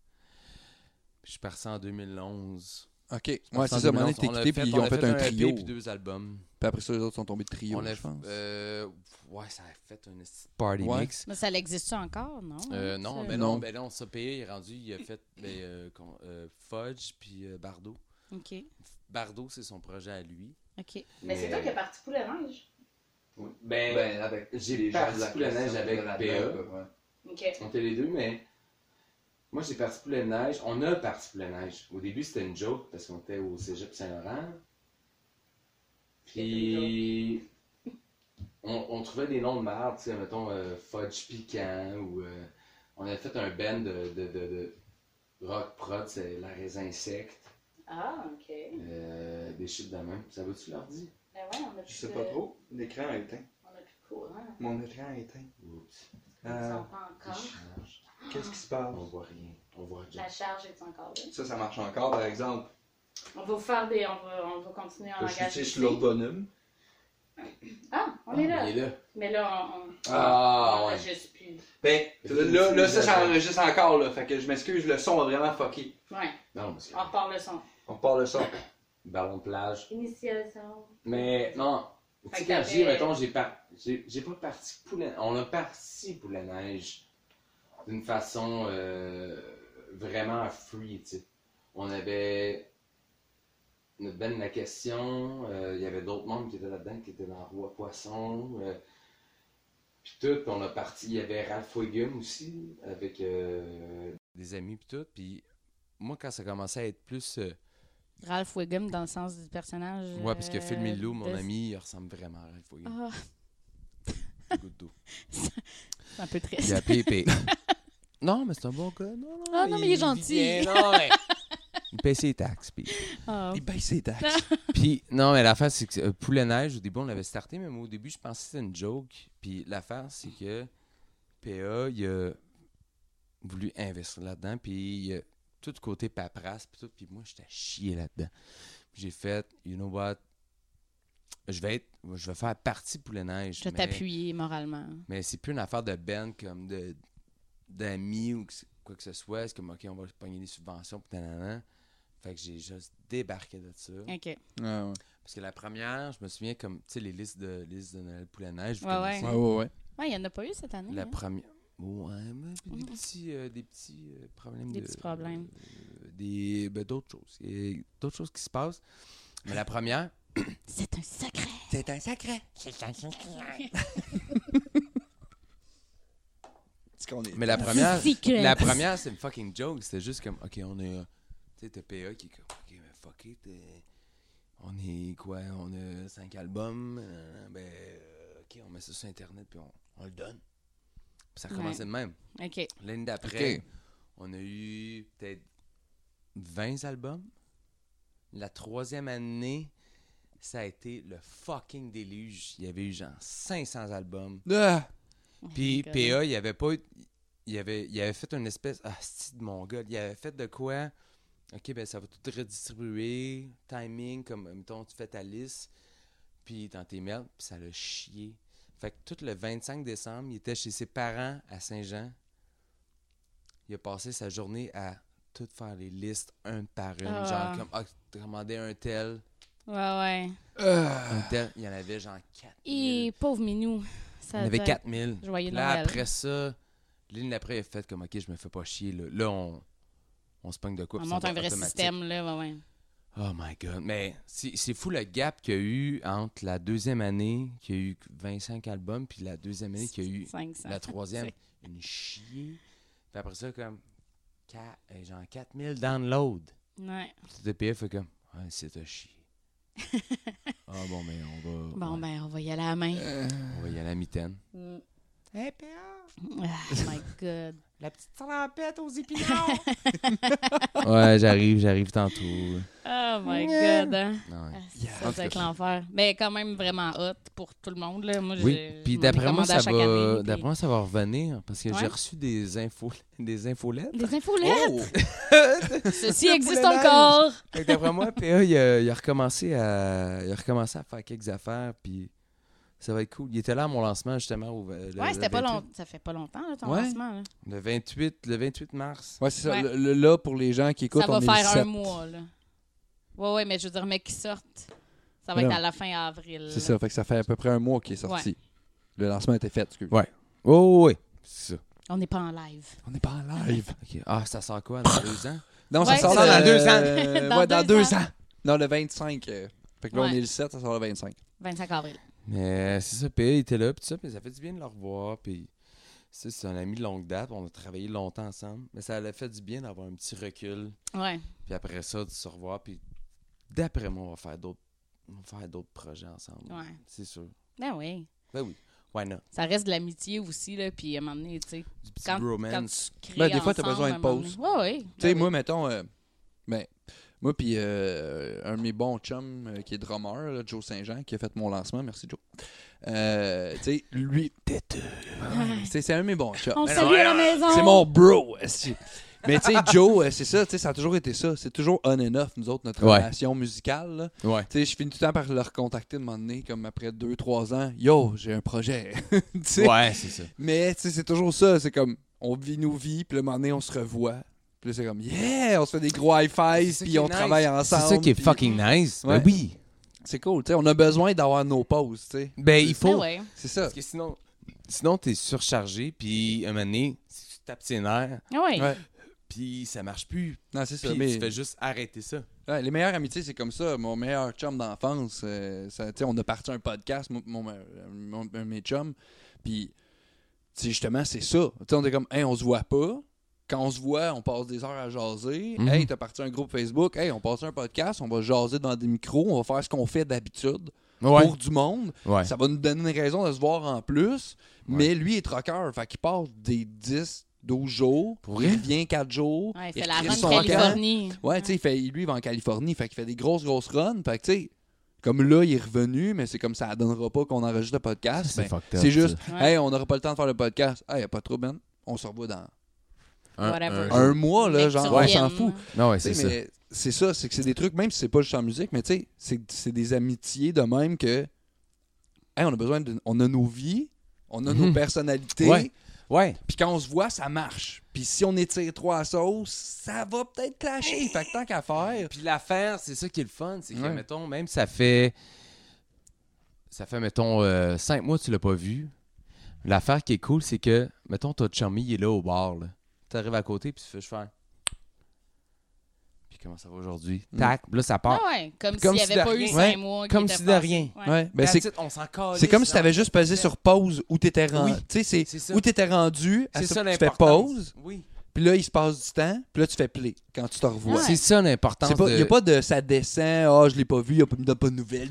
je suis parti en 2011. OK. Je suis Ouais, parti c'est en ça. Maintenant, 2011. t'es On a quitté, puis ils ont fait un trio. EP puis 2 albums. Puis après ça, les autres sont tombés de trio, On a je pense. ouais, ça a fait un esti de party Ouais. mix. Mais ça existe encore, non? Non, Ça- ben Non. non, ben non, ça payé, il est rendu, il a fait Fudge puis Bardo. OK. Bardo, c'est son projet à lui. OK. Mais c'est toi qui as parti pour la neige. Oui. Ben, avec j'ai parti pour la neige avec PA. OK. On était les deux, mais moi j'ai parti pour la neige. On a parti pour la neige. Au début, c'était une joke parce qu'on était au Cégep Saint-Laurent. Puis on trouvait des noms de marde, tu sais, mettons Fudge Piquant ou On a fait un band de rock prod, c'est la raisin insecte. Ah, OK. Des chiffres de même. Ça va-tu leur dire? Ben ouais, on a plus Je sais pas trop. L'écran est éteint. On a plus de courant. Mon écran est éteint. Oups. Ils sont pas encore. Qu'est-ce qui se passe? On voit rien. On voit rien. La charge est encore là. Ça marche encore, par exemple. On va vous faire des. On va continuer en Je langage. suis sur l'autre volume. Ah, on est là. Il est là. Mais là, on Ah, ouais. enregistre plus. Ben, là, ça enregistre encore, là. Fait que je m'excuse, le son a vraiment fucké. Ouais. Non, parce que. On repart le son. On parle de ça. Ballon de plage. Initial son. Mais non. Tu Fait sais, que quand je dis, t'avais- mettons, j'ai pas parti poulet. On a parti poulet neige d'une façon vraiment free, tu sais. On avait notre ben de la question, il y avait d'autres membres qui étaient là-dedans, qui étaient dans Roi Poisson. Puis tout, on a parti, il y avait Ralph Wiggum aussi, avec des amis puis tout. Puis moi, quand ça commençait à être plus... Ralph Wiggum dans le sens du personnage. ouais, parce que Phil Millou, mon de- ami, il ressemble vraiment à Ralph Wiggum. Ah, Petit goutte d'eau. c'est un peu triste. Il a payé. Non, mais c'est un bon gars. Non, Ah, non, mais il est gentil. vit bien, non, mais... Il paye ses taxes. Puis, Ah. Il baisse ses taxes. puis non, mais l'affaire, c'est que Poulet Neige, au début, on l'avait starté, mais moi, au début, je pensais que c'était une joke. Puis l'affaire, c'est que PA, il a voulu investir là-dedans, puis il a tout côté paperasse, puis tout. Puis moi, j'étais chié là-dedans. Puis j'ai fait, you know what, je vais faire partie Poulet Neige. Je vais t'appuyer moralement. Mais c'est plus une affaire de band comme d'amis ou quoi que ce soit. C'est comme, OK, on va pogner des subventions, puis nanana. Fait que j'ai juste débarqué de ça. OK. Ah, ouais. Parce que la première, je me souviens comme, tu sais, les listes de Noël Poulet Neige. vous Ouais, connaissez. Ouais. Ouais, il n'y en a pas eu cette année. La hein? première... Ouais, mais des petits problèmes. Des petits problèmes. D'autres choses. Il y a d'autres choses qui se passent. Mais la première... C'est un secret. C'est un sacré. Mais la première... Secret. La première, c'est une fucking joke. C'était juste comme, OK, on est... Tu sais, t'as PA qui est comme, OK, mais fuck it. On est quoi? On a 5 albums. OK, on met ça sur Internet puis on le donne. Puis ça commençait de même. OK. L'année d'après, OK. on a eu peut-être 20 albums. La troisième année, ça a été le fucking déluge. Il y avait eu genre 500 albums. Ah! Puis Oh my God. PA, il avait pas... Il avait fait une espèce... Ah, c'est de mon gars. Il avait fait de quoi... OK, ben ça va tout redistribuer. Timing, comme, mettons, tu fais ta liste. Puis dans tes mails. Puis ça l'a chié. Fait que tout le 25 décembre, il était chez ses parents à Saint-Jean. Il a passé sa journée à tout faire les listes, un par une. Ah. Genre comme, t'as commandé un tel, Ouais. un tel. Il y en avait genre 4000. Et pauvre Minou. Ça Il y en avait doit- 4000. Joyeux Là, Noël. après ça, l'année d'après, il a fait comme, OK, je me fais pas chier. Là on se pogne de quoi. On puis monte ça un va vrai automatique. système, là. Ouais. Oh my God. Mais c'est fou le gap qu'il y a eu entre la deuxième année, qu'il y a eu 25 albums, puis la deuxième année, qu'il y a eu 500. la troisième, une chier. Puis après ça, comme, genre 4000 downloads. Ouais. Puis le TPF fait comme, ouais, c'est un chier. Ah bon, mais on va. Bon, ouais, ben, on va y aller à la main. on va y aller à la mitaine. Hey, Oh my God. La petite trompette aux épinards. Ouais, j'arrive tantôt. Oh my God. Hein? Ouais. Ça, c'est l'enfer. Mais quand même vraiment hot pour tout le monde. Là. Moi, Oui, je puis m'en ai d'après moi, commandé à ça chaque va, année, puis- d'après moi, ça va revenir parce que j'ai Ouais. reçu des infolettes. Des infolettes. Oh! Ceci Le existe poulet encore. Fait que d'après moi, PA, il a recommencé à faire quelques affaires, puis ça va être cool. Il était là à mon lancement, justement. Ouais, c'était pas long. Ça fait pas longtemps, là, ton Ouais. lancement. Là. Le 28 mars. Ouais, c'est ça. Ouais. Là, pour les gens qui écoutent, Ça va on est faire le un 7. mois. Là. Ouais, mais je veux dire, mais qui sortent, ça va Non. être à la fin avril. C'est ça, fait que ça fait à peu près un mois qu'il est sorti. Le lancement était fait, excuse. Ouais. Oh, oui, c'est ça. On n'est pas en live. On n'est pas en live. OK. Ah, ça sort quoi, dans 2 ans? Non, Ouais, ça sort c'est ça. dans 2 ans. ouais, dans 2 ans. ans. Non, le 25. Fait que là, Ouais. on est le 7, ça sort le 25. 25 avril. Mais c'est ça, PA, il était là, puis tout ça, puis ça fait du bien de le revoir, puis c'est un ami de longue date, on a travaillé longtemps ensemble, mais ça a fait du bien d'avoir un petit recul, Ouais. puis après ça, de se revoir, puis d'après moi, on va faire d'autres projets ensemble. Ouais. C'est sûr. Ben oui. Ben oui. Why not? Ça reste de l'amitié aussi, là. Puis à un moment donné, tu sais, Du petit quand bromance. tu crées Ben, des fois, t'as ensemble, besoin de à un moment pause. donné. Ouais. Tu sais, moi, mettons, moi, puis un de mes bons chums qui est drummer, là, Joe Saint-Jean, qui a fait mon lancement, merci Joe. Tu sais, lui, c'est un de mes bons chums. On salue à la maison. C'est mon bro. esti. Mais tu sais, Joe, c'est ça, tu sais, ça a toujours été ça. C'est toujours on and off, nous autres, notre relation musicale. Là. Ouais. Tu sais, je finis tout le temps par le recontacter de un moment donné, comme après 2-3 ans. Yo, j'ai un projet. Tu sais. Ouais, c'est ça. Mais tu sais, c'est toujours ça. C'est comme, on vit nos vies, puis le moment donné, on se revoit. Puis là, c'est comme, yeah, on se fait des gros high fives, C'est ça puis qui est on nice. travaille ensemble. C'est ça qui est puis- fucking nice. Ouais. Ben oui. C'est cool, tu sais, on a besoin d'avoir nos pauses, tu sais. Ben, il Ben faut. ouais. C'est ça. Parce que sinon t'es surchargé, puis un moment donné, si tu tapes tes nerfs, Ah ouais. Ouais. puis ça marche plus. Non, c'est ça. Puis Mais tu fais juste arrêter ça. ouais, les meilleures amitiés, c'est comme ça. Mon meilleur chum d'enfance, ça, tu sais, on a parti un podcast, un de mes chums, puis tu sais, justement, c'est ça. Tu sais, on est comme, hey, on se voit pas. Quand on se voit, on passe des heures à jaser. Mhm. Hey, t'as parti un groupe Facebook. Hey, on passe un podcast, on va jaser devant des micros, on va faire ce qu'on fait d'habitude pour du monde. Ouais. Ça va nous donner une raison de se voir en plus. Ouais. Mais lui, il est trucker. Fait qu'il part des 10-12 jours. Pour Il vrai? revient 4 jours. Ouais, il il fait la crée run son de camp. Californie. Ouais, tu sais, lui, il va en Californie. Fait qu'il fait des grosses runs. Fait que, tu sais, comme là, il est revenu, mais c'est comme ça ne donnera pas qu'on enregistre le podcast. Ça, c'est Ben, fucked up, c'est juste, ça. Ouais. hey, on n'aura pas le temps de faire le podcast. Hey, y a pas trop, Ben. On se revoit dans Whatever. un mois, là, Mais que genre, tu on s'en reviennes. fout. Non, ouais, Tu sais, c'est ça. mais c'est ça, c'est que c'est des trucs, même si c'est pas juste en musique, mais tu sais, c'est des amitiés de même que, hey, on a besoin de, on a nos vies, on a nos personnalités, Ouais. Ouais. puis quand on se voit, ça marche. Puis si on étire trop à sauce, ça va peut-être clasher. Fait que tant qu'à faire. Puis l'affaire, c'est ça qui est le fun, c'est que, Ouais. mettons, même ça fait, mettons, 5 mois que tu l'as pas vu. L'affaire qui est cool, c'est que, mettons, ton chummy, il est là au bar, là. T'arrives à côté, puis tu fais, je fais... Puis comment ça va aujourd'hui? Tac, là, ça part. Ah ouais, comme Comme s'il si n'y avait de pas eu rien. 5 Ouais, mois. comme qui si étaient de passés. rien. Ouais. Ben, That's it, on s'en calisse, c'est comme si genre. t'avais juste pesé sur pause où t'étais rendu. Oui. Tu sais, C'est ça. où t'étais rendu, à C'est ça, ça tu fais l'importance. pause, Oui. puis là, il se passe du temps, puis là, tu fais play quand tu te revois. Ouais. C'est ça l'importance. Il n'y a pas de ça descend, je l'ai pas vu, il me donne pas de nouvelles.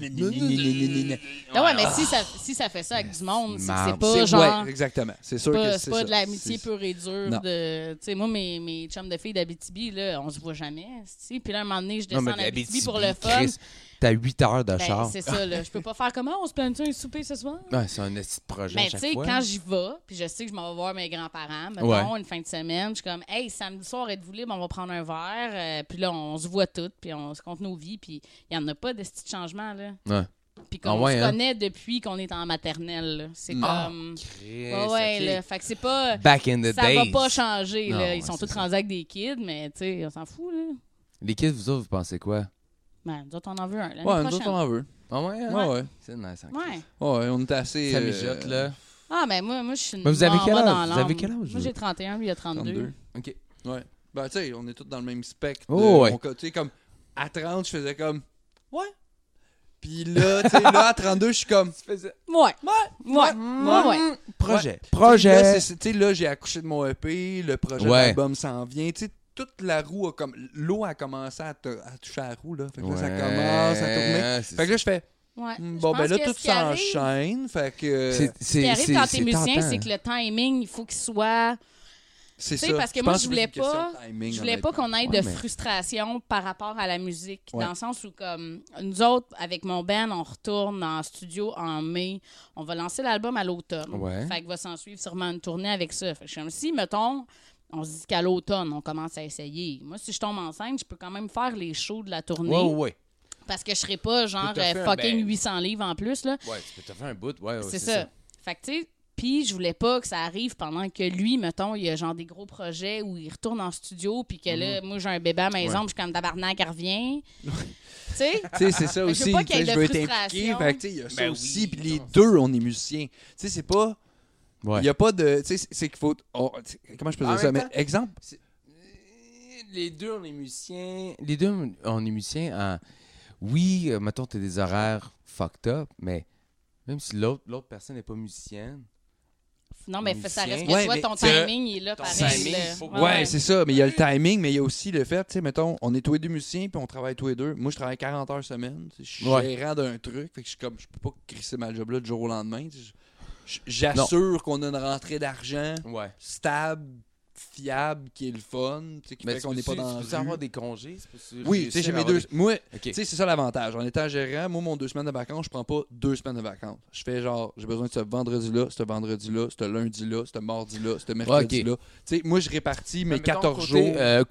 Ah ouais, mais si ça fait ça avec du monde, c'est que c'est Marde. pas genre. Ouais, exactement. C'est sûr que C'est pas ça. de l'amitié C'est- pure et dure. Non. Tu sais, moi, mes chums de filles d'Abitibi, là, on se voit jamais. Puis là, un moment donné, je Non, descends mais en Abitibi l'Abitibi, pour le fun. Chris, t'as 8 heures de Ben, char. c'est ça, là. Je peux pas faire comment on se plane un souper ce soir? Ouais, c'est un petit projet à Mais tu chaque sais, fois. quand j'y vais, puis je sais que je m'en vais voir mes grands-parents, mettons, Ouais. une fin de semaine, je suis comme, hey, samedi soir, êtes-vous libre, on va prendre un verre, puis là, on se voit toutes, puis on se compte nos vies, puis il y en a pas de petits changements, là. Ouais. Puis qu'on Ah ouais, se hein? connaît depuis qu'on est en maternelle, là. C'est Ah. comme. Chris, Ouais, ok. là. Fait que c'est pas. Back in the Ça days. va pas changer, Non, là. ouais, Ils sont c'est tous ça. rendus avec des kids, mais tu sais, on s'en fout, là. Les kids, vous autres, vous pensez quoi? Ben, nous autres, on en veut un, l'année Ouais, nous prochaine. autres, on en veut. Ah ouais? hein? Ouais, ouais. C'est nice. hein, Ouais. Ouais, on est assez. Ça mijote, là. Ah, ben, moi, je suis une. Mais vous avez quel mamba âge? dans Vous avez l'âme. quel âge, Moi, vous? j'ai 31, lui, il a 32. OK. Ouais. Ben, tu sais, on est tous dans le même spectre. Oh, ouais. Tu sais, comme, à 30, je faisais comme, ouais. Puis là, tu sais, là, à 32, je suis comme, Ouais. Ouais. Projet. Là, Projet. tu sais, là, j'ai accouché de mon EP, le projet Ouais. d'album s'en vient. Tu sais, toute la roue a comme. L'eau a commencé à toucher la roue, là. Fait que là, ça commence à tourner. Fait que là, je fais, Ouais. bon, Je ben pense là, que tout ce qui arrive- s'enchaîne. Fait que. Ce qui arrive quand t'es musicien, tentant. c'est que le timing, il faut qu'il soit. C'est Tu ça. sais, parce que Je moi, pense je que c'est voulais une question pas. de timing, Je voulais pas honnêtement. qu'on ait Ouais, de mais- frustration par rapport à la musique. Ouais. Dans le sens où, comme, nous autres, avec mon band, on retourne en studio en mai. On va lancer l'album à l'automne. Ouais. Fait que va s'en suivre sûrement une tournée avec ça. Fait que je suis comme, si, mettons, on se dit qu'à l'automne, on commence à essayer. Moi, si je tombe enceinte, je peux quand même faire les shows de la tournée. Ouais. Parce que je serais pas, genre, Tout à fait, fucking ben- 800 livres en plus, là. Ouais, tu peux te faire un bout. Ouais, C'est ça. Fait que, tu sais, puis je voulais pas que ça arrive pendant que lui, mettons, il y a genre des gros projets où il retourne en studio, puis que là, moi, j'ai un bébé à la maison, puis je suis comme tabarnak, elle revient. Tu sais? Tu sais, c'est ça Mais je veux aussi. pas Tu qu'il y ait sais, de je veux être impliqué. frustration. Fait que, tu sais, il y a ça Ben aussi. oui, Puis les non, deux, on est musiciens. Tu sais, c'est pas. Ouais. Il n'y a pas de. Tu sais, c'est qu'il faut. Comment je peux En dire ça? même Mais temps- exemple. Les deux, on est musiciens. Les deux, on est musiciens en... Oui, mettons, t'as des horaires fucked up, mais même si l'autre personne n'est pas musicienne... Non, mais ça reste que Ouais, toi, mais ton tu- timing, il est là, ton pareil. timing, là. faut que- Ouais, c'est ça. Mais il y a le timing, mais il y a aussi le fait, tu sais, mettons, on est tous les deux musiciens, puis on travaille tous les deux. Moi, je travaille 40 heures semaine. Tu sais, je suis Ouais. gérant d'un truc. Fait que je suis comme, je peux pas crisser ma job là du jour au lendemain. Tu sais, j'assure qu'on a une rentrée d'argent Ouais. stable, fiable, qui est le fun, tu sais, qui fait qu'on n'est pas dans Tu peux la avoir rue. des congés? C'est possible de Oui, tu sais, j'ai réussir à mes avoir 2... des- Moi, Ok. tu sais, c'est ça l'avantage. En étant gérant, moi, mon 2 semaines de vacances, je prends pas 2 semaines de vacances. Je fais genre, j'ai besoin de ce vendredi-là, ce vendredi-là, ce lundi-là, ce mardi-là, ce mercredi-là. Tu sais, moi, je répartis mes Mais mettons, 14 côté, jours.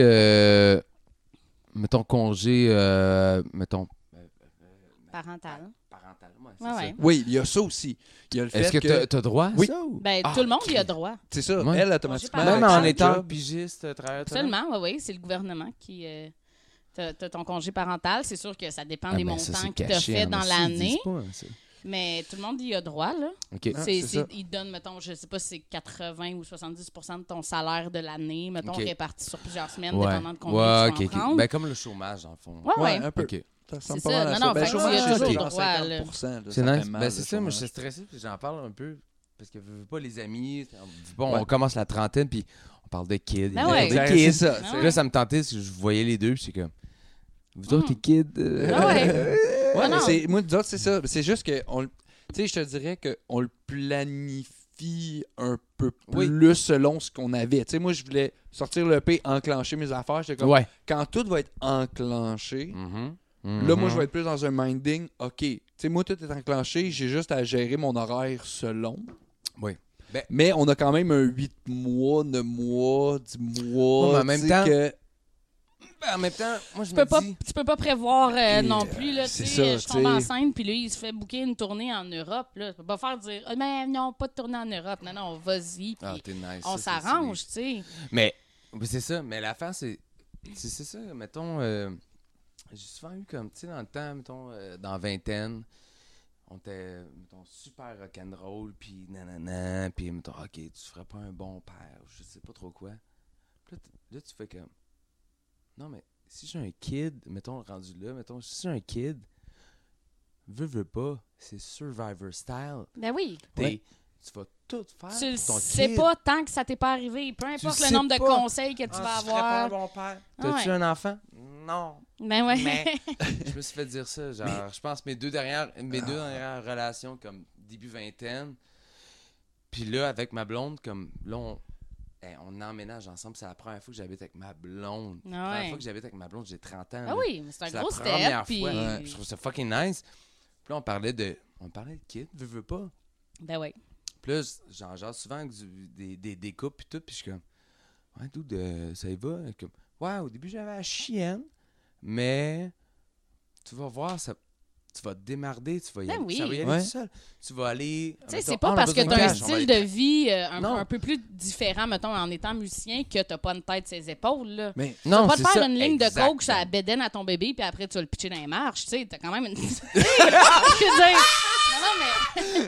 Mettons, congé, mettons, Parental. parental. Ouais, Ouais, ouais. Oui, il y a ça aussi. Il y a le Est-ce fait que t'as droit à Oui. ça? Ou... Ben, Ah, tout le monde ok. y a droit. c'est ça, Ouais. elle, automatiquement. Congé Même parental. en avec son étant job, pigiste, travailleur autonome? Seulement, oui, c'est le gouvernement qui... T'as ton congé parental. C'est sûr que ça dépend Ah, des ben, ça, montants c'est que tu as caché, fait hein, dans mais s'ils l'année. disent pas, hein, ça. Mais tout le monde y a droit, là. OK. Ah, c'est ça. Ils donnent, mettons, je sais pas si c'est 80 ou 70 de ton salaire de l'année, mettons, Ok. réparti sur plusieurs semaines, Ouais. dépendant de combien tu OK, vas en prendre. OK. Ben, comme le chômage, dans le fond. Ouais, ouais. un peu. OK. Ça ressemble C'est pas ça. mal à Non, non, Ben, fait le que chômage, tu as c'est toujours genre droit, là. 50%. là, C'est ça nice. fait mal, Ben, le c'est ça, mais je chômage. suis stressé, puis j'en parle un peu. Parce que veux pas les amis. Bon, Ouais. on commence la trentaine, puis on parle de kids. Ben il y a ouais. des Exact, kids. c'est ça. Ah c'est- ouais. Là, ça me tentait, parce que je voyais les deux, puis c'est comme... Vous autres, les kids... Ah ouais. Ouais, Ah mais non. c'est, moi, nous autres, c'est ça. C'est juste que, tu sais, je te dirais qu'on le planifie un peu Oui. plus selon ce qu'on avait. Tu sais, moi, je voulais sortir le P, enclencher mes affaires. J'étais comme, Ouais. quand tout va être enclenché, Mhm. là, moi, je vais être plus dans un minding. OK, tu sais, moi, tout est enclenché. J'ai juste à gérer mon horaire selon. Oui. Ben- Mais on a quand même un 8 mois, 9 mois, 10 mois. Ouais, mais en même tu sais temps, que- Ben, en même temps, moi, je Tu me peux pas, dis... tu peux pas prévoir Et, non plus. Là, c'est tu sais, ça, je tombe tu sais. enceinte, puis lui, il se fait booker une tournée en Europe. Là. Tu peux pas faire dire ah, mais non, pas de tournée en Europe. Non, non, vas-y. Puis Ah, t'es nice. on ça, s'arrange, tu sais. Mais oui, c'est ça. Mais l'affaire, c'est ça. Mettons, j'ai souvent eu comme, tu sais, dans le temps, mettons, dans la vingtaine, on était, mettons, super rock'n'roll, puis nanana, puis mettons, OK, tu ferais pas un bon père, je sais pas trop quoi. Puis là, tu fais comme, non, mais si j'ai un kid, mettons, rendu là, mettons, si j'ai un kid, veux pas, c'est Survivor style. Ben oui. Tu vas tout faire Tu le pour ton sais kid. pas tant que ça t'est pas arrivé. Peu importe le sais nombre de pas. conseils que tu vas Je serais pas un avoir. bon père. Ah T'as-tu ouais. un enfant? Non. Ben ouais. Mais je me suis fait dire ça. Genre, je pense mes deux dernières relations, comme début vingtaine. Puis là, avec ma blonde, comme là, on emménage ensemble. C'est la première fois que j'habite avec ma blonde. Ah La première ouais. fois que j'habite avec ma blonde, j'ai 30 ans. Ah là. oui, mais c'est un C'est gros la step. première Puis... fois. Ouais. Je trouve ça fucking nice. Puis là, on parlait de kids, veux pas. Ben oui. Puis là, j'en jase souvent avec des couples puis tout, puis je suis comme, ouais, d'où ça y va? Comme, ouais, au début, j'avais la chienne, mais tu vas voir, tu vas te démarder, tu vas y Ben aller, oui. ça va y aller Ouais. tout seul. Tu vas aller... Tu sais, mettons, c'est pas on a parce que besoin tu as un cash, on va style aller- de vie Non. un peu plus différent, mettons, en étant musicien, que t'as pas une tête sur ses épaules, là. Mais Tu vas Non, pas te c'est faire ça, une ligne de exact. coke sur la bédaine à ton bébé, puis après tu vas le pitcher dans les marches, tu sais, t'as quand même une... Je veux dire... Non, mais...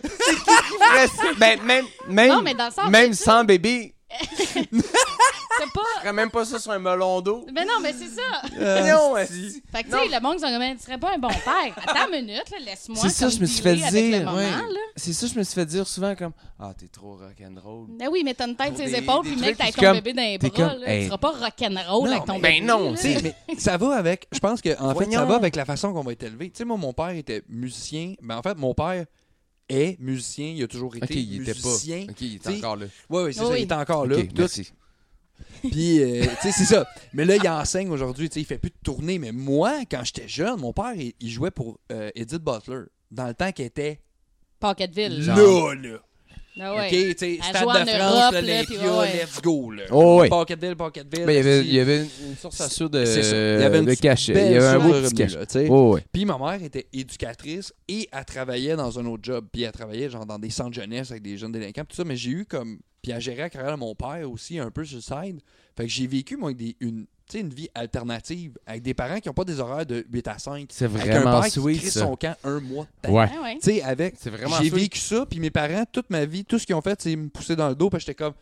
Ben, Non, mais dans le sens... même tu sais, sans bébé, c'est pas... je ferais même pas ça sur un melon d'eau. Mais non, mais c'est ça. Non, vas-y. Fait que, tu sais, le monde, ils sont comme, tu serais pas un bon père. Attends une minute, là, laisse-moi. C'est ça, comme je me suis fait dealer avec le dire. moment, ouais. là. C'est ça, je me suis fait dire souvent comme, ah, t'es trop rock'n'roll. Ben oui, mais t'as une tête Pour sur les des- épaules, des puis mec, trucs t'as qui ton comme- bébé dans les t'es bras, comme, là. hey. Tu seras pas rock'n'roll Non, avec ton ben bébé. non, là. tu sais, mais ça va avec. Je pense que en fait, ça Voyons. va avec la façon qu'on va être élevé. Tu sais, moi, mon père était musicien. Ben, en fait, mon père est musicien. Il a toujours été Ok, il était pas. musicien. Ok, il était T'sais, encore là. Oui, c'est ça. Oui. Il est encore là. Ok, Tout. merci. Puis, tu sais, c'est ça. Mais là, il enseigne aujourd'hui. Tu sais, il fait plus de tournées. Mais moi, quand j'étais jeune, mon père, il jouait pour Edith Butler. Dans le temps qu'il était Pocketville. là, là. Ah ouais. OK, tu sais, Elle Stade joue en de France, Europe, le là, puis Lechia, ouais. let's go, là. Oh, ouais. Pocketville. Ben, il y avait une source sûre de, C'est ça. Il y avait une de cachet. belle Il y avait un source beau de petit revenus, cachet. là, tu sais. Oh, ouais. Puis ma mère était éducatrice et elle travaillait dans un autre job. Puis elle travaillait genre dans des centres jeunesse avec des jeunes délinquants, tout ça. Mais j'ai eu comme... Puis elle gérait la carrière de mon père aussi, un peu sur le side. Fait que j'ai vécu, moi, avec une vie alternative, avec des parents qui n'ont pas des horaires de 8 à 5. C'est Avec vraiment un père qui sweet, crée ça. son camp un mois de temps. Ouais. Ah ouais. Tu sais, avec... C'est vraiment J'ai sweet. vécu ça, puis mes parents, toute ma vie, tout ce qu'ils ont fait, c'est me pousser dans le dos, puis j'étais comme...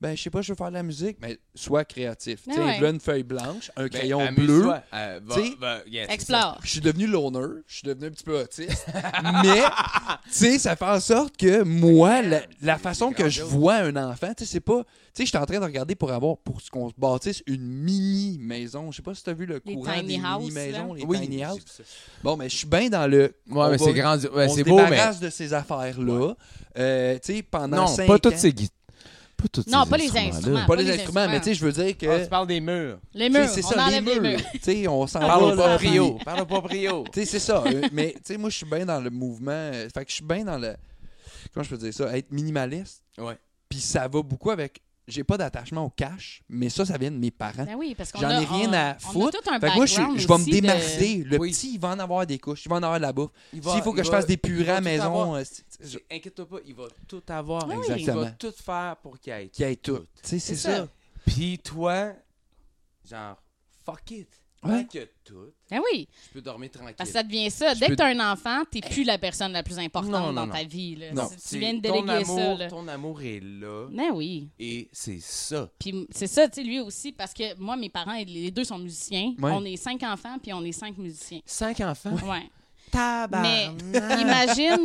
ben, je sais pas, je veux faire de la musique, mais sois créatif. Ouais, Tu sais, ouais. là, une feuille blanche, un Ben, crayon bleu. amuse-toi. t'sais, Yeah, c'est Explore. Je suis devenu loner, je suis devenu un petit peu autiste, mais tu sais, ça fait en sorte que moi, la façon que je grandiose. vois un enfant, tu sais, c'est pas, tu sais, je suis en train de regarder pour qu'on se bâtisse une mini maison. Je sais pas si tu as vu le Les courant tiny des house, mini maisons, là. les Oui, tiny j'ai house. vu ça. Bon, mais je suis bien dans le. Ouais, mais c'est grand. Ouais, on c'est se beau, mais. débarrasse de ces affaires-là. Tu sais, pendant Non, 5 pas ans. toutes ces guitares. Pas tous Non, ces pas les instruments-là. instruments. Pas Pas les les instruments, mais tu sais, je veux dire que. Ah, tu parles des murs. Les tu sais, murs, c'est on ça, les enlève les murs. murs. Tu sais, on s'en Parle va au là. proprio. Parle au proprio. Tu sais, c'est ça. Mais tu sais, moi, je suis bien dans le mouvement. Fait que je suis bien dans le. Comment je peux dire ça? Être minimaliste. Ouais. Puis ça va beaucoup avec. J'ai pas d'attachement au cash, mais ça vient de mes parents. Ben oui, parce qu'on J'en a, ai rien à on a foutre. tout un Fait que moi, je background vais me aussi de- démerder. Le Oui. petit, il va en avoir des couches, il va en avoir de la bouffe. Il va- S'il faut que il je va- fasse des il purées va à la tout maison, avoir. c'est- Inquiète-toi pas, il va tout avoir. Oui. Il Exactement. va tout faire pour qu'il y ait. qu'il y ait tout. Tu sais, c'est C'est ça. ça. Puis toi, genre, fuck it. Ouais. Tant qu'il y a tout, Ben oui, je peux dormir tranquille. parce que ça devient ça. Dès peux- que tu as un enfant, tu plus la personne la plus importante Non, non, dans non. ta vie. Là. Non. Tu viens de ton déléguer amour, ça. Là. Ton amour est là. Ben oui. Et c'est ça. Puis c'est ça, tu sais, lui aussi, parce que moi, mes parents, les deux sont musiciens. Ouais. On est 5 enfants, puis on est 5 musiciens. 5 enfants. Ouais. Tabarnak. Mais imagine,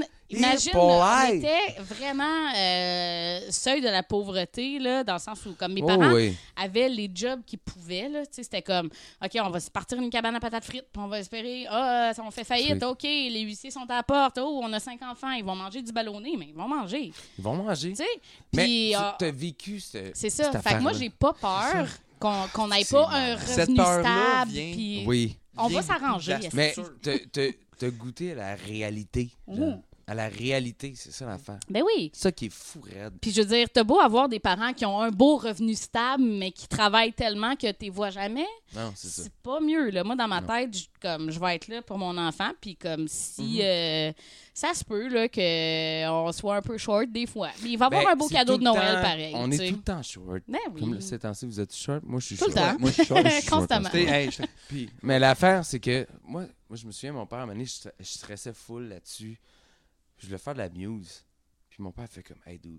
on polite. était vraiment seuil de la pauvreté, là, dans le sens où, comme mes Oh parents oui. avaient les jobs qu'ils pouvaient, là, tu sais, c'était comme, OK, on va se partir une cabane à patates frites, puis on va espérer, on fait faillite, Sweet. OK, les huissiers sont à la porte, oh, on a 5 enfants, ils vont manger du ballonné, mais ils vont manger, Ils vont manger. tu sais. Mais Puis, tu as vécu c'est cette ça. Fait que affaire-là. moi, j'ai pas peur qu'on n'ait C'est pas un malade. Cette revenu peur-là stable, vient- puis Oui. on va Vient s'arranger. de la Mais sûr. t'as goûté à la réalité. genre. À la réalité, c'est ça l'affaire. Ben oui. Ça qui est fou raide. Puis je veux dire, t'as beau avoir des parents qui ont un beau revenu stable, mais qui travaillent tellement que tu les vois jamais, Non, c'est ça. c'est pas mieux. Là. Moi, dans ma Non. tête, je vais être là pour mon enfant, puis comme si Mm-hmm. ça se peut là, qu'on soit un peu short des fois. Mais il va avoir Ben, un beau c'est cadeau tout de le Noël temps- pareil. On tu est sais. tout le temps short. Ben oui. Comme là, ces temps-ci, vous êtes short. Moi, je suis Tout le short. temps. Moi, je suis short. Je suis short, Constamment. Tu sais, hey, je- Puis, mais l'affaire, c'est que moi, je me souviens, mon père, à un moment donné, je stressais full là-dessus. Je voulais faire de la muse. Puis mon père fait comme, hey dude,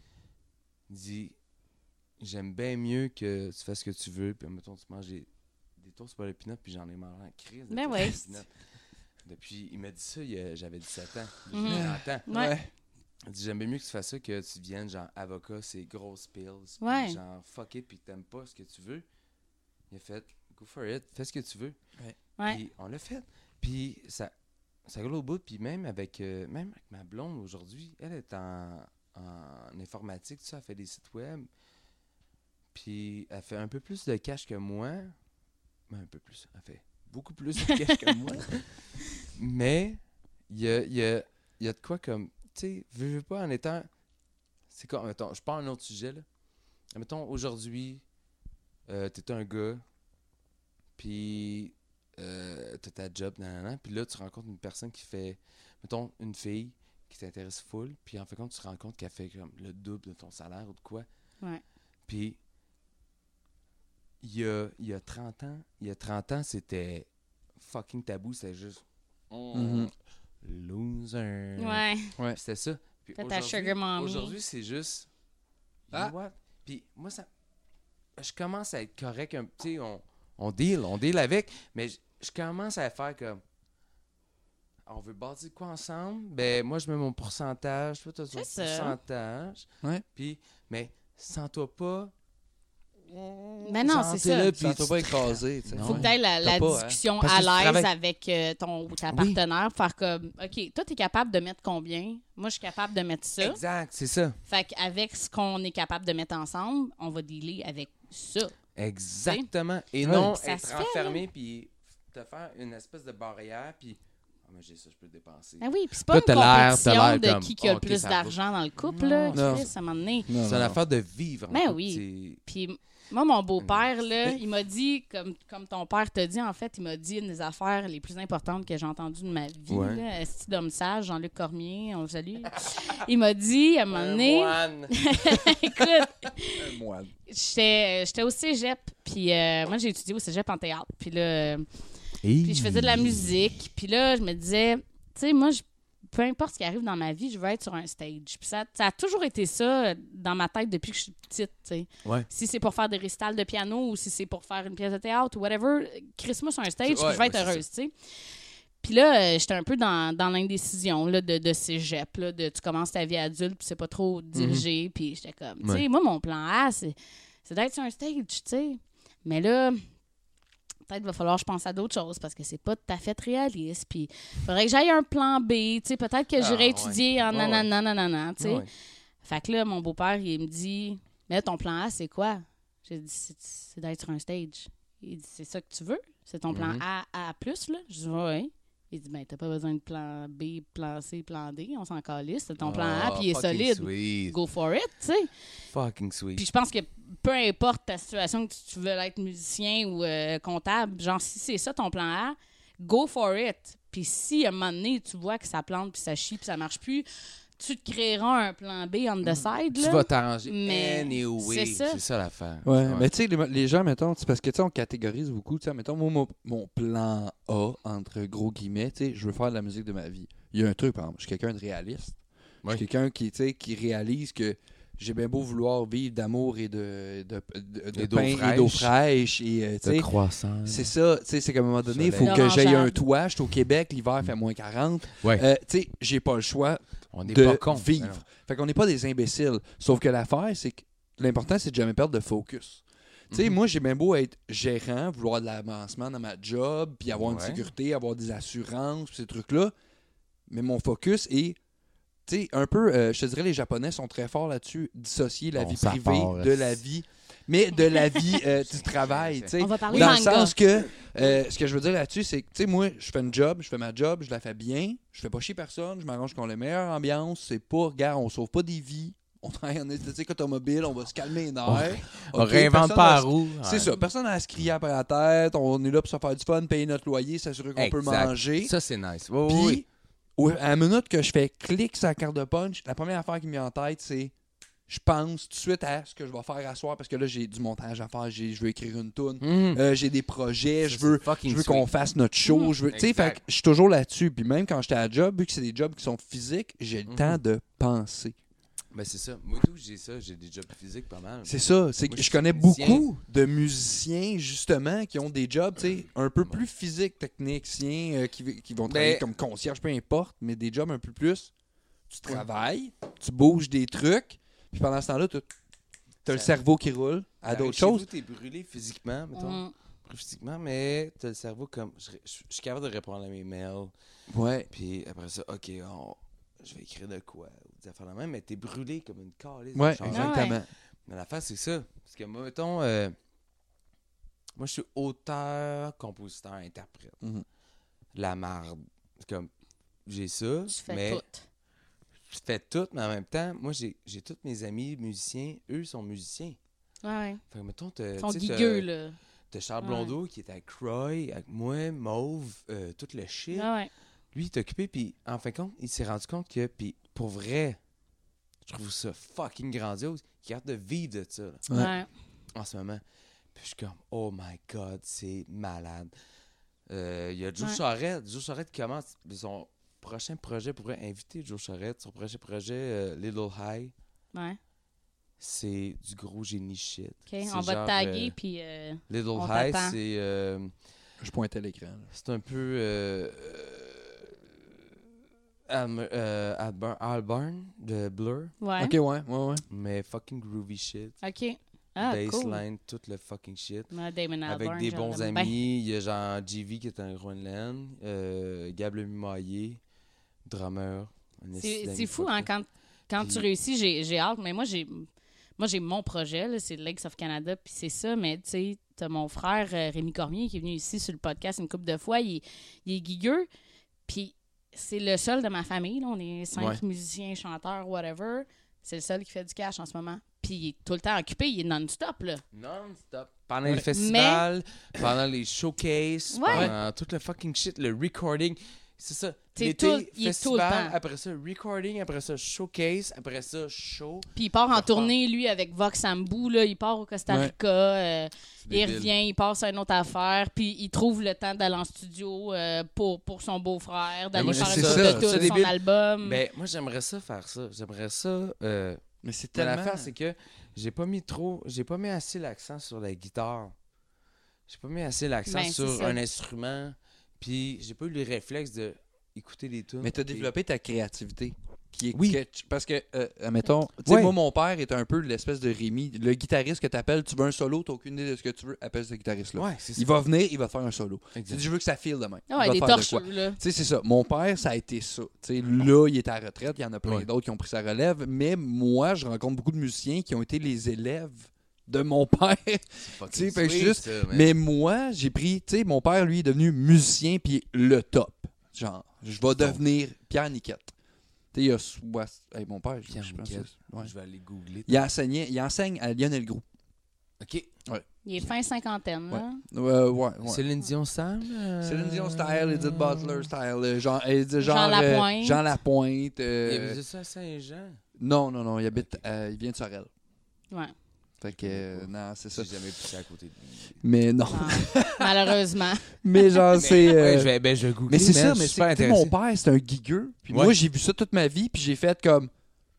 il dit, j'aime bien mieux que tu fasses ce que tu veux. Puis mettons, tu manges des toasts pour le pinot, puis j'en ai mangé en crise. de Ben toasts ouais. pour le peanut. Depuis, il m'a dit ça, j'avais 17 ans. Mhm. J'ai 30 ans. Ouais. Il dit, j'aime bien mieux que tu fasses ça que tu viennes, genre, avocat, c'est grosses pills. Puis Ouais. genre, fuck it, puis que t'aimes pas ce que tu veux. Il a fait, go for it, fais ce que tu veux. Ouais. Puis on l'a fait. Puis ça roule au bout. Puis même avec ma blonde aujourd'hui, elle est en informatique, tout ça, elle fait des sites web. Puis elle fait un peu plus de cash que moi. Mais un peu plus. Elle fait beaucoup plus de cash que moi. Mais il y a de quoi comme, tu sais, veux pas en étant... C'est comme, mettons, je parle un autre sujet, là. Mettons, aujourd'hui, t'es un gars, puis t'as ta job, nanana, puis là, tu rencontres une personne qui fait, mettons, une fille qui t'intéresse full, puis en fait, quand tu te rends compte qu'elle fait comme le double de ton salaire ou de quoi. Ouais. Puis, il y a 30 ans, c'était fucking tabou, c'était juste loser. Ouais. Ouais. Puis c'était ça. Puis T'as ta aujourd'hui- sugar mommy. Aujourd'hui, c'est juste. You know what? Puis moi, ça. Je commence à être correct. Tu sais, on deal avec. Mais je commence à faire comme. On veut bâtir quoi ensemble? Ben, moi, je mets mon pourcentage. Toi, tu as ton C'est ça. pourcentage. Ouais. Puis, mais, sens-toi pas. Mais non, c'est ça. Là, Ça puis t'a pas écrasé, tu sais. Faut que tu aies la T'as pas, hein. discussion Parce que à tu l'aise travailles- avec ta Oui. partenaire. Faire comme, OK, toi, tu es capable de mettre combien? Moi, je suis capable de mettre ça. Exact, c'est ça. Fait qu'avec ce qu'on est capable de mettre ensemble, on va dealer avec ça. Exactement. Et Ouais. non Ça être se fait, enfermé puis te faire une espèce de barrière puis moi j'ai ça, je peux le dépenser. Ben oui, puis c'est pas Là, une t'as l'air compétition de comme, qui a le OK, plus ça va. d'argent dans le couple, là. Non. Chris, à un moment donné. Non, C'est non, une non. affaire de vivre. en Ben couple, oui. Puis moi, mon beau-père, là, il m'a dit, comme ton père t'a dit, en fait, il m'a dit une des affaires les plus importantes que j'ai entendues de ma vie. Ouais. Là, esti d'homme sage, Jean-Luc Cormier, on le salue. Il m'a dit, à un moment donné, écoute, Un moine. j'étais au cégep, puis moi, j'ai étudié au cégep en théâtre. Puis là, puis je faisais de la musique. Puis là, je me disais, tu sais, moi, peu importe ce qui arrive dans ma vie, je veux être sur un stage. Puis ça a toujours été ça dans ma tête depuis que je suis petite, tu sais. Ouais. Si c'est pour faire des récitals de piano ou si c'est pour faire une pièce de théâtre ou whatever, crisse-moi sur un stage, puis je vais être heureuse, tu sais. Puis là, j'étais un peu dans l'indécision là, de cégep, là, de tu commences ta vie adulte, puis c'est pas trop dirigé, puis j'étais comme, tu sais, moi, mon plan A, c'est d'être sur un stage, tu sais. Mais là, peut-être va falloir que je pense à d'autres choses parce que c'est pas tout à fait réaliste. Puis il faudrait que j'aille un plan B, tu sais, peut-être que j'irai étudier en nanana, tu sais. Fait que là, mon beau-père, il me dit, mais là, ton plan A, c'est quoi? J'ai dit, c'est d'être sur un stage. Il dit, c'est ça que tu veux? C'est ton plan A, plus, là? Je dis, oui. Il dit, ben, t'as pas besoin de plan B, plan C, plan D. On s'en calisse. C'est ton plan A, puis il est solide. Sweet. Go for it, tu sais. Fucking sweet. Puis je pense que peu importe ta situation, que tu veux être musicien ou comptable, genre, si c'est ça ton plan A, go for it. Puis si à un moment donné, tu vois que ça plante, puis ça chie, puis ça marche plus, tu te créeras un plan B on the side. Tu là. vas t'arranger Mais anyway. c'est ça l'affaire. Ouais, mais tu sais, les gens, mettons, c'est parce que tu sais, on catégorise beaucoup. Tu sais, mettons, moi, mon plan A, entre gros guillemets, tu sais, je veux faire de la musique de ma vie. Il y a un truc, par exemple, je suis quelqu'un de réaliste. Je suis quelqu'un qui, tu sais, qui réalise que j'ai bien beau vouloir vivre d'amour et de pain et d'eau fraîche. Et, de croissance. C'est ça, tu sais, c'est qu'à un moment donné, il faut Soleil. que j'aille un toit. Je suis au Québec, l'hiver fait moins 40. Ouais. Tu sais, j'ai pas le choix On n'est de pas con. vivre. Alors. Fait qu'on n'est pas des imbéciles. Sauf que l'affaire, c'est que l'important, c'est de jamais perdre de focus. Tu sais, moi, j'ai bien beau être gérant, vouloir de l'avancement dans ma job, puis avoir une sécurité, avoir des assurances, ces trucs-là. Mais mon focus est, tu sais, un peu, je te dirais, les Japonais sont très forts là-dessus, dissocier la vie privée de la vie, mais de la vie du travail, tu sais. On va parler Dans manga. le sens que, ce que je veux dire là-dessus, c'est que, tu sais, moi, je fais ma job, je la fais bien, je fais pas chier personne, je m'arrange qu'on ait la meilleure ambiance, c'est pas, regarde, on sauve pas des vies, on travaille en esthétique automobile, on va se calmer les nerfs. On réinvente pas la roue. C'est ça, personne n'a à se crier après la tête, on est là pour se faire du fun, payer notre loyer, s'assurer qu'on peut manger. Ça, c'est nice. Puis, à la minute que je fais clic sur la carte de punch, la première affaire qui me vient en tête, c'est je pense tout de suite à ce que je vais faire à soir parce que là, j'ai du montage à faire, je veux écrire une toune, j'ai des projets, je veux qu'on fasse notre show. Tu sais, fait que je suis toujours là-dessus. Puis même quand j'étais à la job, vu que c'est des jobs qui sont physiques, j'ai le temps de penser. Ben c'est ça. Moi tout, j'ai des jobs physiques pas mal. C'est ça. C'est que je connais beaucoup de musiciens, justement, qui ont des jobs, tu sais, un peu plus physiques, techniciens, qui vont travailler comme concierge, peu importe, mais des jobs un peu plus. Tu travailles, tu bouges des trucs, puis pendant ce temps-là, t'as le cerveau qui roule à d'autres choses. T'es brûlé physiquement, mettons. Physiquement, mais t'as le cerveau comme... Je suis capable de répondre à mes mails. Ouais. Puis après ça, OK, je vais écrire de quoi? Ou des affaires de même, mais t'es brûlé comme une calisse. Ouais, exactement. Mais l'affaire, c'est ça. Parce que moi, mettons... moi, je suis auteur, compositeur, interprète. La marde. C'est comme... J'ai ça, Tu fais tout. Je fais tout, mais en même temps, moi, j'ai tous mes amis musiciens. Eux sont musiciens. Ouais. Fait que, mettons, ils sont guigueux, là. T'as Charles Blondeau qui est avec Croy, avec moi, Mauve, tout le shit. Ouais. Lui, il est occupé, puis en fin de compte, il s'est rendu compte que, puis pour vrai, je trouve ça fucking grandiose, qu'il a hâte de vivre de ça, là, en ce moment. Puis je suis comme, oh my God, c'est malade. Il y a Joe Charette qui commence son prochain projet, pourrait inviter Joe Charette, son prochain projet, Little High. Ouais. C'est du gros génie shit. OK, on va te taguer, puis Little on High, t'attend. c'est... je pointais l'écran. C'est un peu... Albarn de Blur. Ouais. OK, ouais. Mais fucking groovy shit. OK. Ah, Baseline, tout le fucking shit. Ouais, Damon Albarn, avec des bons j'aime amis. Il y a genre GV qui est un Groenland. Gab le Mumaillé, drummer. C'est fou, hein, quand tu réussis, j'ai hâte. Mais moi, j'ai mon projet, là, c'est Lakes of Canada, puis c'est ça. Mais tu sais, t'as mon frère Rémi Cormier qui est venu ici sur le podcast une couple de fois. Il est guigueux, puis c'est le seul de ma famille. Là. On est 5 musiciens, chanteurs, whatever. C'est le seul qui fait du cash en ce moment. Puis il est tout le temps occupé, il est non-stop, là. Non-stop. Pendant les festivals, pendant les showcases, pendant tout le fucking shit, le recording. C'est ça. T'sais, L'été, il est tout le festival, temps. après ça, recording, après ça, showcase, après ça, show. Puis il part en Parfait. tournée, lui, avec Vox Ambu, là. Il part au Costa Ouais. Rica. Il débile. revient, il passe à une autre affaire. Puis il trouve le temps d'aller en studio pour son beau-frère, d'aller moi, faire c'est une ça, couple c'est de tunes, son débile. album. Ben, moi, j'aimerais ça faire ça. J'aimerais ça. Mais c'est Mais tellement... l'affaire, c'est que j'ai pas mis assez l'accent sur la guitare. J'ai pas mis assez l'accent Ben, c'est sur ça. un instrument. Puis j'ai pas eu le réflexe de écouter les tunes. Mais tu as Puis- développé ta créativité. Qui est Oui. parce que, admettons, tu sais, Ouais. moi, mon père est un peu l'espèce de Rémi. Le guitariste que tu appelles, tu veux un solo, tu n'as aucune idée de ce que tu veux, appelle ce guitariste-là. Ouais, c'est ça. Il va venir, il va te faire un solo. Tu Exact. dis, je veux que ça file demain. Ah ouais, il va des te faire de quoi. torcheux, là. Tu sais, c'est ça. Mon père, ça a été ça. Tu sais, là, il est à la retraite. Il y en a plein Ouais. d'autres qui ont pris sa relève. Mais moi, je rencontre beaucoup de musiciens qui ont été les élèves de mon père. Fucking tu sais, fait que sweet, juste- ça, man. Mais moi, j'ai pris... Tu sais, mon père, lui, est devenu musicien puis le top. Genre, je vais devenir Pierre Niquette. Tu sais, il y a... Hey, mon père, Pierre je pense Niquette. que- ouais. Je vais aller googler. Il enseigne à Lionel Groux. OK. Il est fin cinquantaine, là. Ouais. Céline Dion style? Céline Dion style, Edith Butler style, genre Jean Lapointe. Jean Lapointe. Il y avait ça à Saint-Jean. Non, il habite, il vient de Sorel. Ouais. Fait que, non, c'est ça. J'ai jamais poussé à côté de lui. Mais non. Non. Malheureusement. Mais genre, c'est. Ouais, je vais googler. Mais c'est man, ça, je mais suis super c'est que intéressé. mon père, c'est un gigueux. Puis Ouais. moi, j'ai vu ça toute ma vie, puis j'ai fait comme.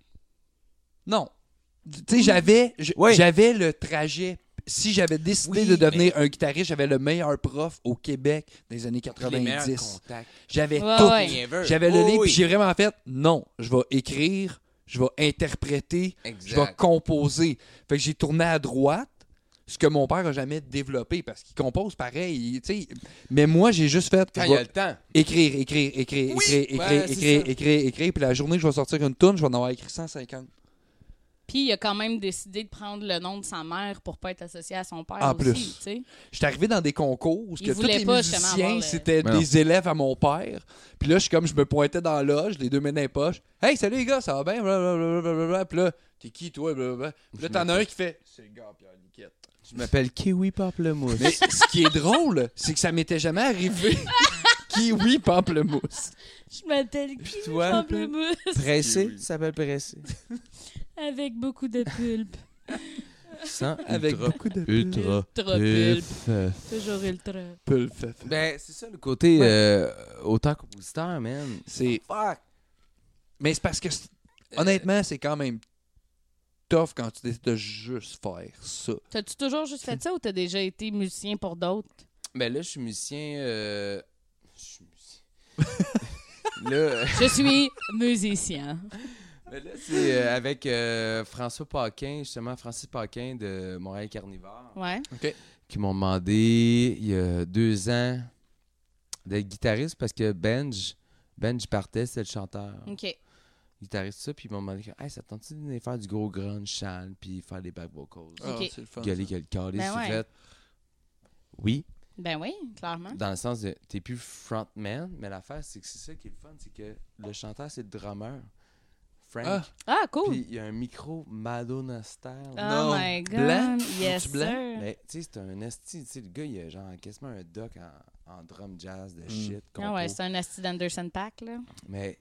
Non. Tu sais, Ouais. j'avais le trajet. Si j'avais décidé Oui, de devenir un guitariste, j'avais le meilleur prof au Québec des années Les meilleurs 90. contacts. J'avais Ouais, tout. ouais. Ever. J'avais le Oh, livre, oui. puis j'ai vraiment fait non, je vais écrire, je vais interpréter, je vais Exact. composer. Fait que j'ai tourné à droite, ce que mon père a jamais développé parce qu'il compose pareil, tu sais. Mais moi, j'ai juste fait Quand je il y a vais le temps. écrire, Ouais, c'est écrire, puis la journée que je vais sortir une toune, je vais en avoir écrit 150. Puis il a quand même décidé de prendre le nom de sa mère pour pas être associé à son père En aussi, plus. tu sais. J'étais arrivé dans des concours où Il que tous voulait les pas, justement, musiciens, avoir le- c'était Mais non. des élèves à mon père. Puis là, je me pointais dans la loge, les deux mains dans les poches. « Hey, salut les gars, ça va bien? » Blablabla. Puis là, « T'es qui, toi? » Blablabla. Puis là, t'en as un qui fait « C'est le gars Pierre Niquette. » Je m'appelle Kiwi Pamplemousse. Mais ce qui est drôle, c'est que ça m'était jamais arrivé. Kiwi Pamplemousse. Je m'appelle Kiwi toi? Pamplemousse Pressé, ça s'appelle Pressé. avec beaucoup de pulpe. Sans Avec ultra, beaucoup de ultra Ultra pulpe. pulpe. Toujours ultra. pulpe. Ben, c'est ça le côté Ouais. auteur-compositeur, man. C'est... Fuck. Mais c'est parce que, honnêtement, c'est quand même tough quand tu décides de juste faire ça. T'as-tu toujours juste fait ça ou t'as déjà été musicien pour d'autres? Ben là, je suis musicien. Je suis musicien. Là, Je suis musicien. ben là, c'est avec François Paquin, justement, Francis Paquin de Montréal Carnivore, Ouais. OK. qui m'ont demandé il y a 2 ans d'être guitariste parce que Benj partait, c'était le chanteur. OK. Guitariste, ça, puis ils m'ont demandé hey, ça te tente-tu de faire du gros grunge chant, puis faire des back vocals? Ah, OK. c'est le fun. Gueuler ça. que le calice, Ben ouais. j'ai fait oui, Ben oui, clairement. dans le sens de t'es plus frontman, mais l'affaire, c'est que c'est ça qui est le fun, c'est que le chanteur, c'est le drummer, Frank. Ah. Ah, cool. Puis il y a un micro Madonna style. Oh Non. my God. Blanc? Yes, Es-tu blanc? sir. Mais tu sais, c'est un esti, tu sais, le gars, il a genre quasiment un doc en drum jazz de Mm. shit. Ah compo. ouais, c'est un Asti d'Anderson Pack, là. Mais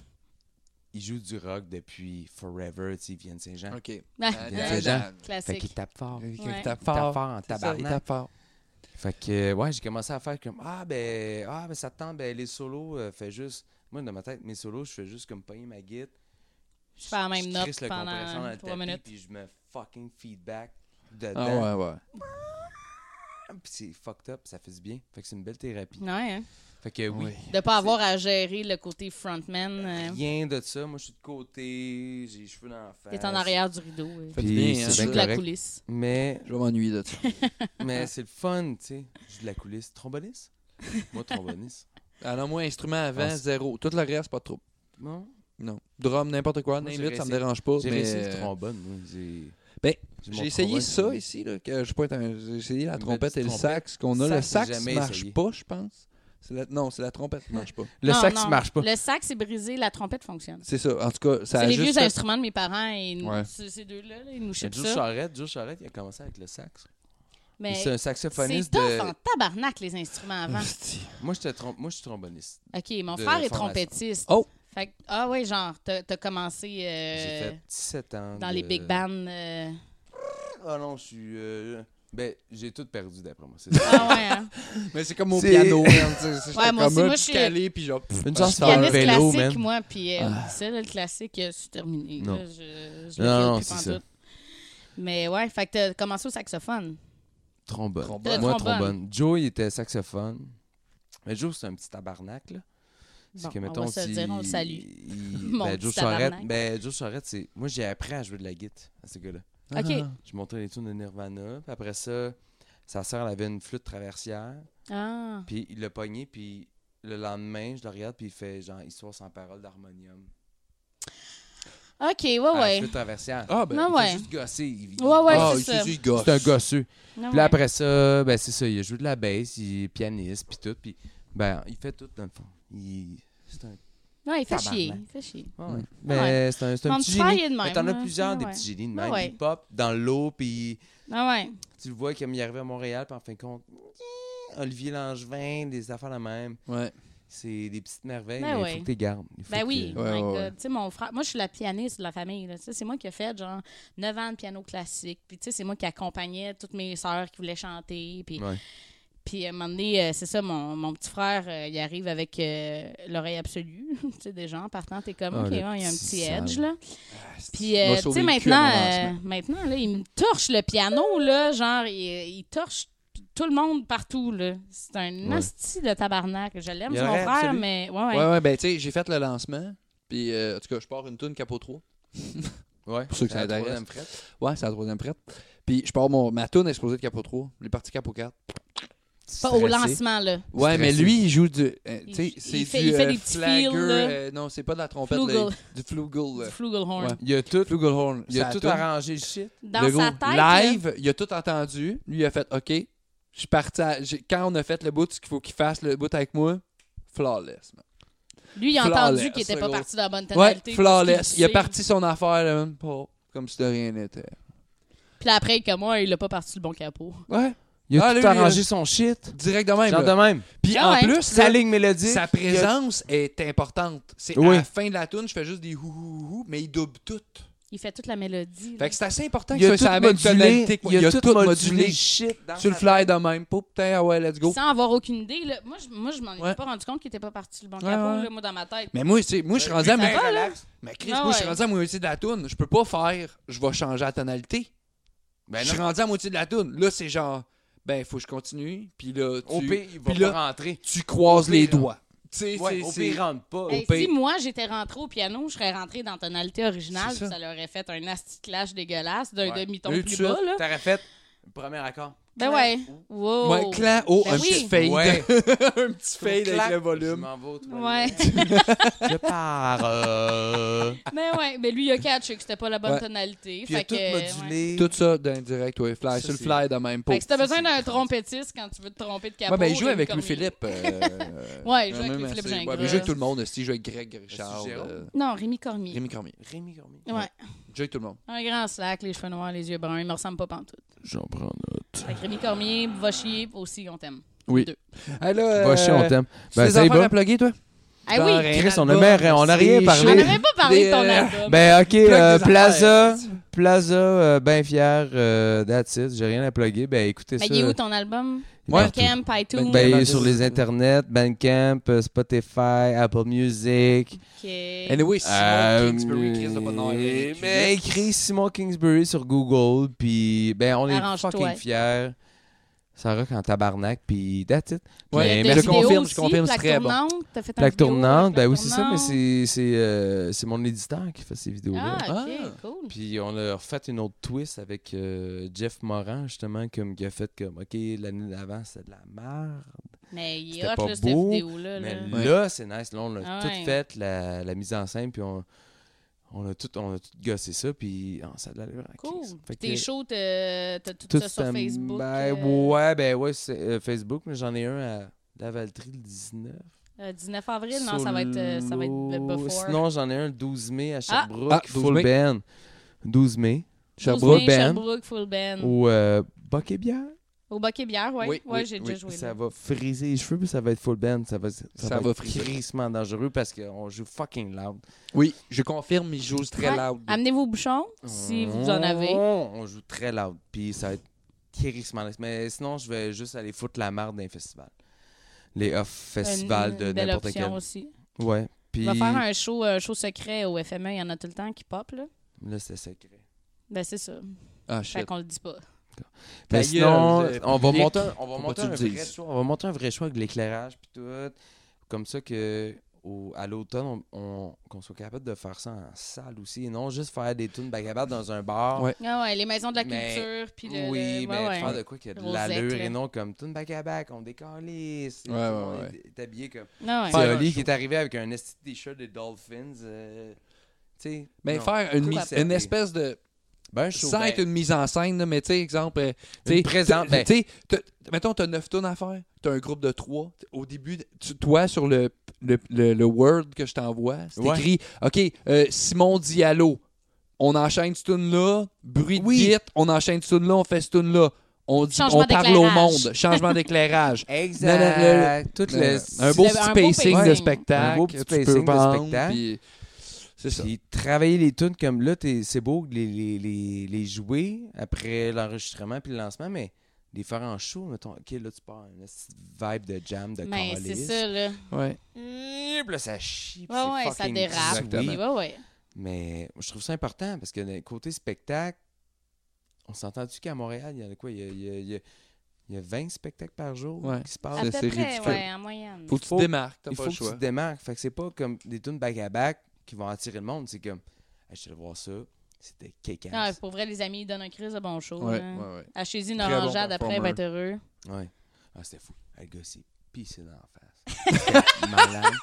il joue du rock depuis forever, tu sais, il vient de Saint-Jean. OK. Ah, c'est Jean. Fait classique. qu'il tape fort. Il Ouais. tape Il fort. tape fort en C'est ça, il tabarnak. tape fort. Fait que, ouais, j'ai commencé à faire comme ah ben ça te tente, ben les solos, fais juste. Moi, dans ma tête, mes solos, je fais juste comme pogner ma guitare. Je fais la même note crisse le pendant compresseur dans le 3 tapis, minutes. puis je me fucking feedback dedans. Ah ouais. Puis c'est fucked up, ça fait du bien. Fait que c'est une belle thérapie. Ouais, hein. Fait que oui, De pas avoir à gérer le côté frontman. rien de ça. Moi, je suis de côté, j'ai les cheveux dans la face. T'es en arrière du rideau. Fait du Puis bien, hein, c'est Tu ça. joues bien de la correct. coulisse. Mais, Je vais m'ennuyer de ça. mais c'est le fun, tu sais. Je joue de la coulisse. Tromboniste? Moi, tromboniste. Alors moi, instrument avant, Ah, 0. Tout le reste, pas trop. Non? Non. Drum, n'importe quoi, Moi, j'ai n'importe ça me réussi- dérange pas. J'ai mais réussi le trombone, moi. Ben, mon j'ai essayé trombone, ça c'est- ici, là, que je peux être j'ai essayé la Une trompette et petite le trompette. sax qu'on a. Le Sax, sax j'ai jamais marche essayé. pas, je pense. Non, c'est la trompette qui marche pas. Le Non, sax non. marche pas. Le sax est brisé, la trompette fonctionne. C'est ça. En tout cas, ça C'est a les juste vieux fait- instruments de mes parents et Ouais. ces deux-là, là, ils nous Mais chipent Joe ça. Charette, il a commencé avec le sax. Mais C'est un c'est saxophoniste tough de... en tabarnak, les instruments avant. Moi, je suis tromboniste. OK, mon De frère est formation. trompettiste. Oh! Fait que, ah ouais, genre, t'as commencé J'ai fait 17 ans dans de- les big bands. Ah non, je suis... Ben, j'ai tout perdu d'après moi, c'est ça. Ah ouais, hein? Mais c'est comme au C'est- piano, man, tu sais, c'est Ouais, moi comme aussi, un moi, petit je suis- calé, puis genre... Une Je chance suis de faire un pianiste vélo, classique, man. moi, puis ça, là, le classique, c'est terminé. Non. Là, je Non, le non, fais plus c'est pantoute. ça. Mais ouais, fait que t'as commencé au saxophone. Trombone. Trombone. Moi, Trombone. trombone. Joe, il était saxophone. Mais Joe, c'est un petit tabarnak, là. C'est Bon, que, on mettons, va se le si- dire, on le salue. Mon Ben, petit Joe Charette, tabarnak. Joe Charette, c'est... Moi, j'ai appris à jouer de la guitare à ce gars-là. OK. Je montrais les tunes de Nirvana. Puis après ça, sa sœur, elle avait une flûte traversière. Ah. Puis il l'a pogné, puis le lendemain, je le regarde, puis il fait genre Histoire sans parole d'harmonium. OK, ouais, À la ouais. flûte traversière. Ah, ben... Ah Il ouais. fait juste gosser. Ouais, ouais, ah, c'est ça. il gosse. C'est un gosseux. Ah Puis là, ouais. après ça, ben c'est ça, il a joué de la bass, il est pianiste, puis tout. Puis ben, il fait tout, dans le fond. C'est un... Ouais, il fait Tabarnak. chier. Il fait chier. Ouais. Mm. Ben, c'est un Mon petit petit frère, génie. il est de même, Mais t'en as là. plusieurs, Ah des ouais. petits génies de Ah même. ouais. Il pop dans l'eau, puis Ah ouais. tu le vois comme il arrivait à Montréal, puis en fin de compte, Olivier Langevin, des affaires la même. Ouais. C'est des petites merveilles, Ben mais il ouais. faut que tu les gardes. Il faut Ben que- oui, Ouais, my ouais, God. ouais. Tu sais, mon frère, moi, je suis la pianiste de la famille. Là. Tu sais, c'est moi qui ai fait, genre, 9 ans de piano classique. Puis, tu sais, c'est moi qui accompagnais toutes mes sœurs qui voulaient chanter. Puis, Ouais. puis à un moment donné, c'est ça, mon petit frère, il arrive avec l'oreille absolue. Tu sais, déjà, en partant, t'es comme, Ah, OK, le ouais, il y a un petit petit sale. edge, là. Puis, Il m'a tu sais, sauvé le cul à mon maintenant, là, il me torche le piano, là. Genre, il torche tout le monde partout, là. C'est un Ouais. asti de tabarnak. Je l'aime, Il c'est mon aurait frère, absolu. mais... Ouais, ben, tu sais, j'ai fait le lancement, puis, en tout cas, je pars une toune Capot 3. Ouais. Pour ceux que C'est ça la intéresse. troisième frette. Ouais, c'est la troisième prête. Puis, je pars ma toune est supposée de Capot 3. Les parties Capot 4. Pas au Stressé. lancement, là. Ouais, mais Stressé. lui, il joue du. Il- Tu sais, il c'est fait- du. il fait des petits flagger, feels, là. non, c'est pas de la trompette, là, Flugel. du flugel. Du là. flugelhorn. Ouais. Il a tout, Flugelhorn. il a sa tout toune. arrangé le shit. Dans Le sa gros, tête, là, live, il a tout entendu. Lui, il a fait OK. Je suis parti. Quand on a fait le bout, ce qu'il faut qu'il fasse le bout avec moi, flawless. Man. lui, il a Flawless, entendu qu'il était le pas gros. parti dans la bonne Ouais, tonalité. flawless. parce qu'il Il a sait. parti son affaire, là, man, comme si de rien n'était. Puis là, après, comme moi, il a pas parti le bon capot. Ouais. Il a Ah, tout lui, arrangé son shit. Direct de même. Genre là. de même. Puis Ah en ouais. plus, Sa là, ligne mélodique. sa présence est importante. C'est à Oui. la fin de la tune, je fais juste des hou, mais il double tout. Il fait toute la mélodie. Fait que c'est assez important Il a que ça tout ait la même modulé. tonalité que moi. Il a tout modulé modulé. shit dans Sur le sa fly tête. de même. Pou, putain, ah ouais, let's go. Sans avoir aucune idée. Là. Moi, je m'en étais Ouais. pas rendu compte qu'il était pas parti le bon Ouais, capot, ouais. là, moi, dans ma tête. Mais moi, moi je suis rendu à Ça va, là? Mais Chris, Ah moi, je suis ouais. rendu à moitié de la tune. Je peux pas faire, je vais changer la tonalité. Ben Je suis non. rendu à moitié de la tune. Là, c'est genre, ben, faut que je continue. Puis là, Au pire, il va puis là, pas rentrer. tu croises au les pire, doigts. Tu sais, Ouais, au pire, il rentre pas. Hey, pire. si moi, j'étais rentré au piano, je serais rentré dans tonalité originale, C'est ça. puis ça leur aurait fait un asti clash dégueulasse d'un Ouais. demi-ton Lui, plus tout de bas, suite, là. T'aurais fait le premier accord. Ben ouais. Wow. Ouais, clan, oh, Ben un oui. petit fade. Ouais. Un petit fade avec le Je volume. m'en vais aux Ouais. toilettes. Je pars. Mais ouais, mais lui, il a catché que c'était pas la bonne Ouais. tonalité. Puis il a Fait tout que, ouais. modulé. Tout ça d'un direct, ouais. Fly, Ça, sur le c'est- fly de même. Fait que si t'as Ça, besoin c'est d'un le fun. trompettiste quand tu veux te tromper de capot... Ouais, ben, il joue Rémi avec Cormier. Louis-Philippe. Ouais, il joue quand avec même Louis-Philippe assez- Gingras. ouais, mais il joue avec tout le monde. Il joue avec Greg Richard. Jérôme? Non, Rémi Cormier. Rémi Cormier. Rémi Cormier. Ouais. Il joue avec tout le monde. Un grand slack, les cheveux noirs, les yeux bruns. Il me ressemble pas pantoute. J'en prends note. Fait que Rémi Cormier, va chier, aussi, on t'aime. Oui. Les deux. Hey, là, Va chier, on t'aime. Ben, Ben, ça ça y va va. à plugger, toi? Ah Genre, oui, un Chris, on a album, même- on a rien des parlé. on shows. n'avait pas parlé de ton Des, album. Ben, ok, Plug des Plaza. affaires. Plaza, ben fier, that's it. J'ai rien à plugger. Ben, écoutez Mais ça. il est où ton album? Ouais. Bandcamp, iTunes? Ben, il est Bandcamp. sur les internets, Bandcamp, Spotify, Apple Music. OK. Anyway, Simon Kingsbury, Chris, n'a pas de nom avec lui. Ben, écris Simon Kingsbury sur Google, puis ben, on est Arrange-toi. fucking fiers. Ça rock en tabarnak, puis that's it. Ouais, Mais De je merci. vidéo confirme, aussi, je confirme, c'est Plaque très bon. tournante, t'as fait un Plaque vidéo tournante, avec ben oui, Plaque c'est ça, mais tournante. c'est mon éditeur qui fait ces vidéos-là. Ah, OK, Ah. cool. Puis on a refait une autre twist avec Jeff Moran, justement, comme qui a fait comme, OK, l'année d'avant, c'était de la merde. Mais il est C'était hot, pas là, cette beau, vidéo-là. Mais là. Ouais. là, c'est nice. Là, on a Ah tout ouais. fait, la mise en scène, puis on a tout gossé ça, puis ça a de l'allure en Cool. crise. Fait Tes que shows, t'as tout tout ça sur ça- Facebook? Ben ouais, c'est Facebook, mais j'en ai un à Lavaltrie le 19. 19 avril? Non, ça va être before. Sinon, j'en ai un le 12 mai à Sherbrooke, Ah, 12 full mai. band. 12 mai. 12 Sherbrooke mai, Band. Sherbrooke, full band. Ou Buck et Bière. Au Bucket Bière, oui. Oui, Ouais, oui, j'ai oui. déjà joué Ça là. va friser les cheveux, puis ça va être full band. Ça va être friser. crissement dangereux parce qu'on joue fucking loud. Oui, je confirme, ils jouent très Ouais. loud. Amenez vos bouchons, si vous en avez. On joue très loud, puis ça va être crissement nice. Mais sinon, je vais juste aller foutre la merde dans les festivals. Les off-festivals de Une belle n'importe option quel. aussi. Ouais. Puis On va faire un show secret au FME. Il y en a tout le temps qui pop, là. là, c'est secret. Ben, c'est ça. Ah, Fait shit. qu'on le dit pas. Mais Ta sinon, gueule, on va public, monter, pas tu le un dises. vrai choix. On va monter un vrai choix avec l'éclairage puis tout. Comme ça que à l'automne, qu'on soit capable de faire ça en salle aussi. Et non juste faire des tunes back-à-back dans un bar. Ouais. Ah ouais, les maisons de la Mais- culture. Puis Oui, mais ouais. faire de quoi qu'il y a de Rosette, l'allure là. et non comme tune back-à-back, on décalisse. Ouais, ouais. Est habillé comme... Ah ouais. C'est Faire un Oli show. qui est arrivé avec un esti de t-shirt des Dolphins. Tu sais... Mais non. faire une espèce de... Ben, un show, Sans être une mise en scène, là, mais tu sais, exemple... Une présente, ben- Tu sais, mettons, t'as 9 tonnes à faire, t'as un groupe de 3. Au début, toi, sur le Word que je t'envoie, c'est Ouais. écrit, OK, Simon dit allô, on enchaîne ce tune-là, bruit de Oui. git, on enchaîne ce tune-là, on fait ce tune-là. On Changement parle au d'éclairage. monde, changement d'éclairage. Exact. Tout le... Un beau Un petit beau spacing pacing. de spectacle. Un beau petit tu peux spacing de vendre, spectacle. puis c'est ça. Puis travailler les tunes comme là, c'est beau de les jouer après l'enregistrement puis le lancement, mais les faire en show, mettons, OK, là, tu pars une petite vibe de jam, de Mais calice. c'est ça, là. Ouais. Puis là, ça chie. puis Ouais, c'est ouais, ça fucking dérape. Exactement. Puis ouais, ouais. Mais je trouve ça important parce que côté spectacle, on s'entend-tu qu'à Montréal, il y en a quoi? Il y a 20 spectacles par jour Ouais. qui se À passent. C'est peu près, ridicule. ouais, en moyenne. Faut que tu Faut- te démarques, t'as Il pas faut le que tu choix. te démarques. Fait que c'est pas comme des tunes back-à-back qui vont attirer le monde. C'est comme, hey, je suis allé voir ça, c'était kékasse. Ah, pour vrai, les amis, ils donnent un crise de bon show. Ouais, là. ouais, ouais. Achetez-y une Très bon orangeade après, il va être heureux. Ouais. Ah, c'était fou. Le gars s'est pissé dans la face. C'était malade.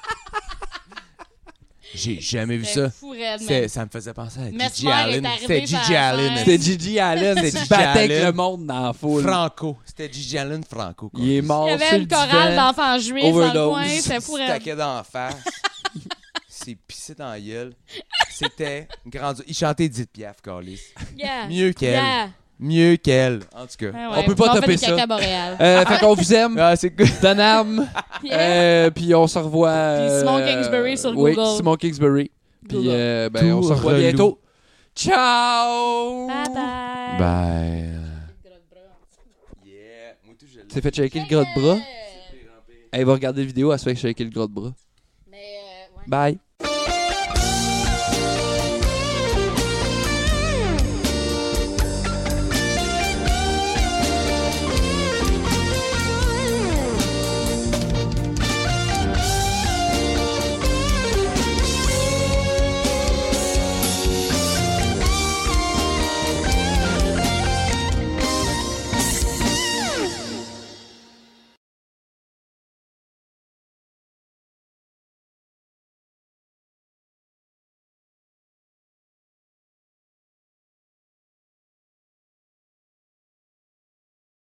J'ai jamais vu C'était ça. fou, raide, man. Ça me faisait penser à Mesmer Gigi est Allen. arrivé C'était sur la Gigi Allen. scène. C'était Gigi Allen, C'était tu Gigi battais avec Allen. le monde dans la foule. Franco. C'était Gigi Allen Franco. quoi. Il est mort Il y avait sur le une chorale divan. d'enfants juifs dans le Overdose. coin. C'était Il fou, se raide. taquait dans la face. Il s'est pissé dans la gueule. C'était une grande... Il chantait Edith Piaf, Carlis. Yeah. Mieux qu'elle. Yeah. Mieux qu'elle. En tout cas. Ah ouais, On peut pas on fait taper des ça. caca boréales. Fait qu'on vous aime. Ah, c'est cool. Donne arme. Yeah. Puis on se revoit. Puis Simon Kingsbury sur oui, Google. Simon Kingsbury. Puis Google. on se revoit relou. bientôt. Ciao! Bye bye. Bye. Yeah. Moi, tout, je l'ai. Tu t'es fait shaker le gros de bras? Elle va regarder la vidéo, elle se fait shaker le gros de bras. Mais, ouais. Bye.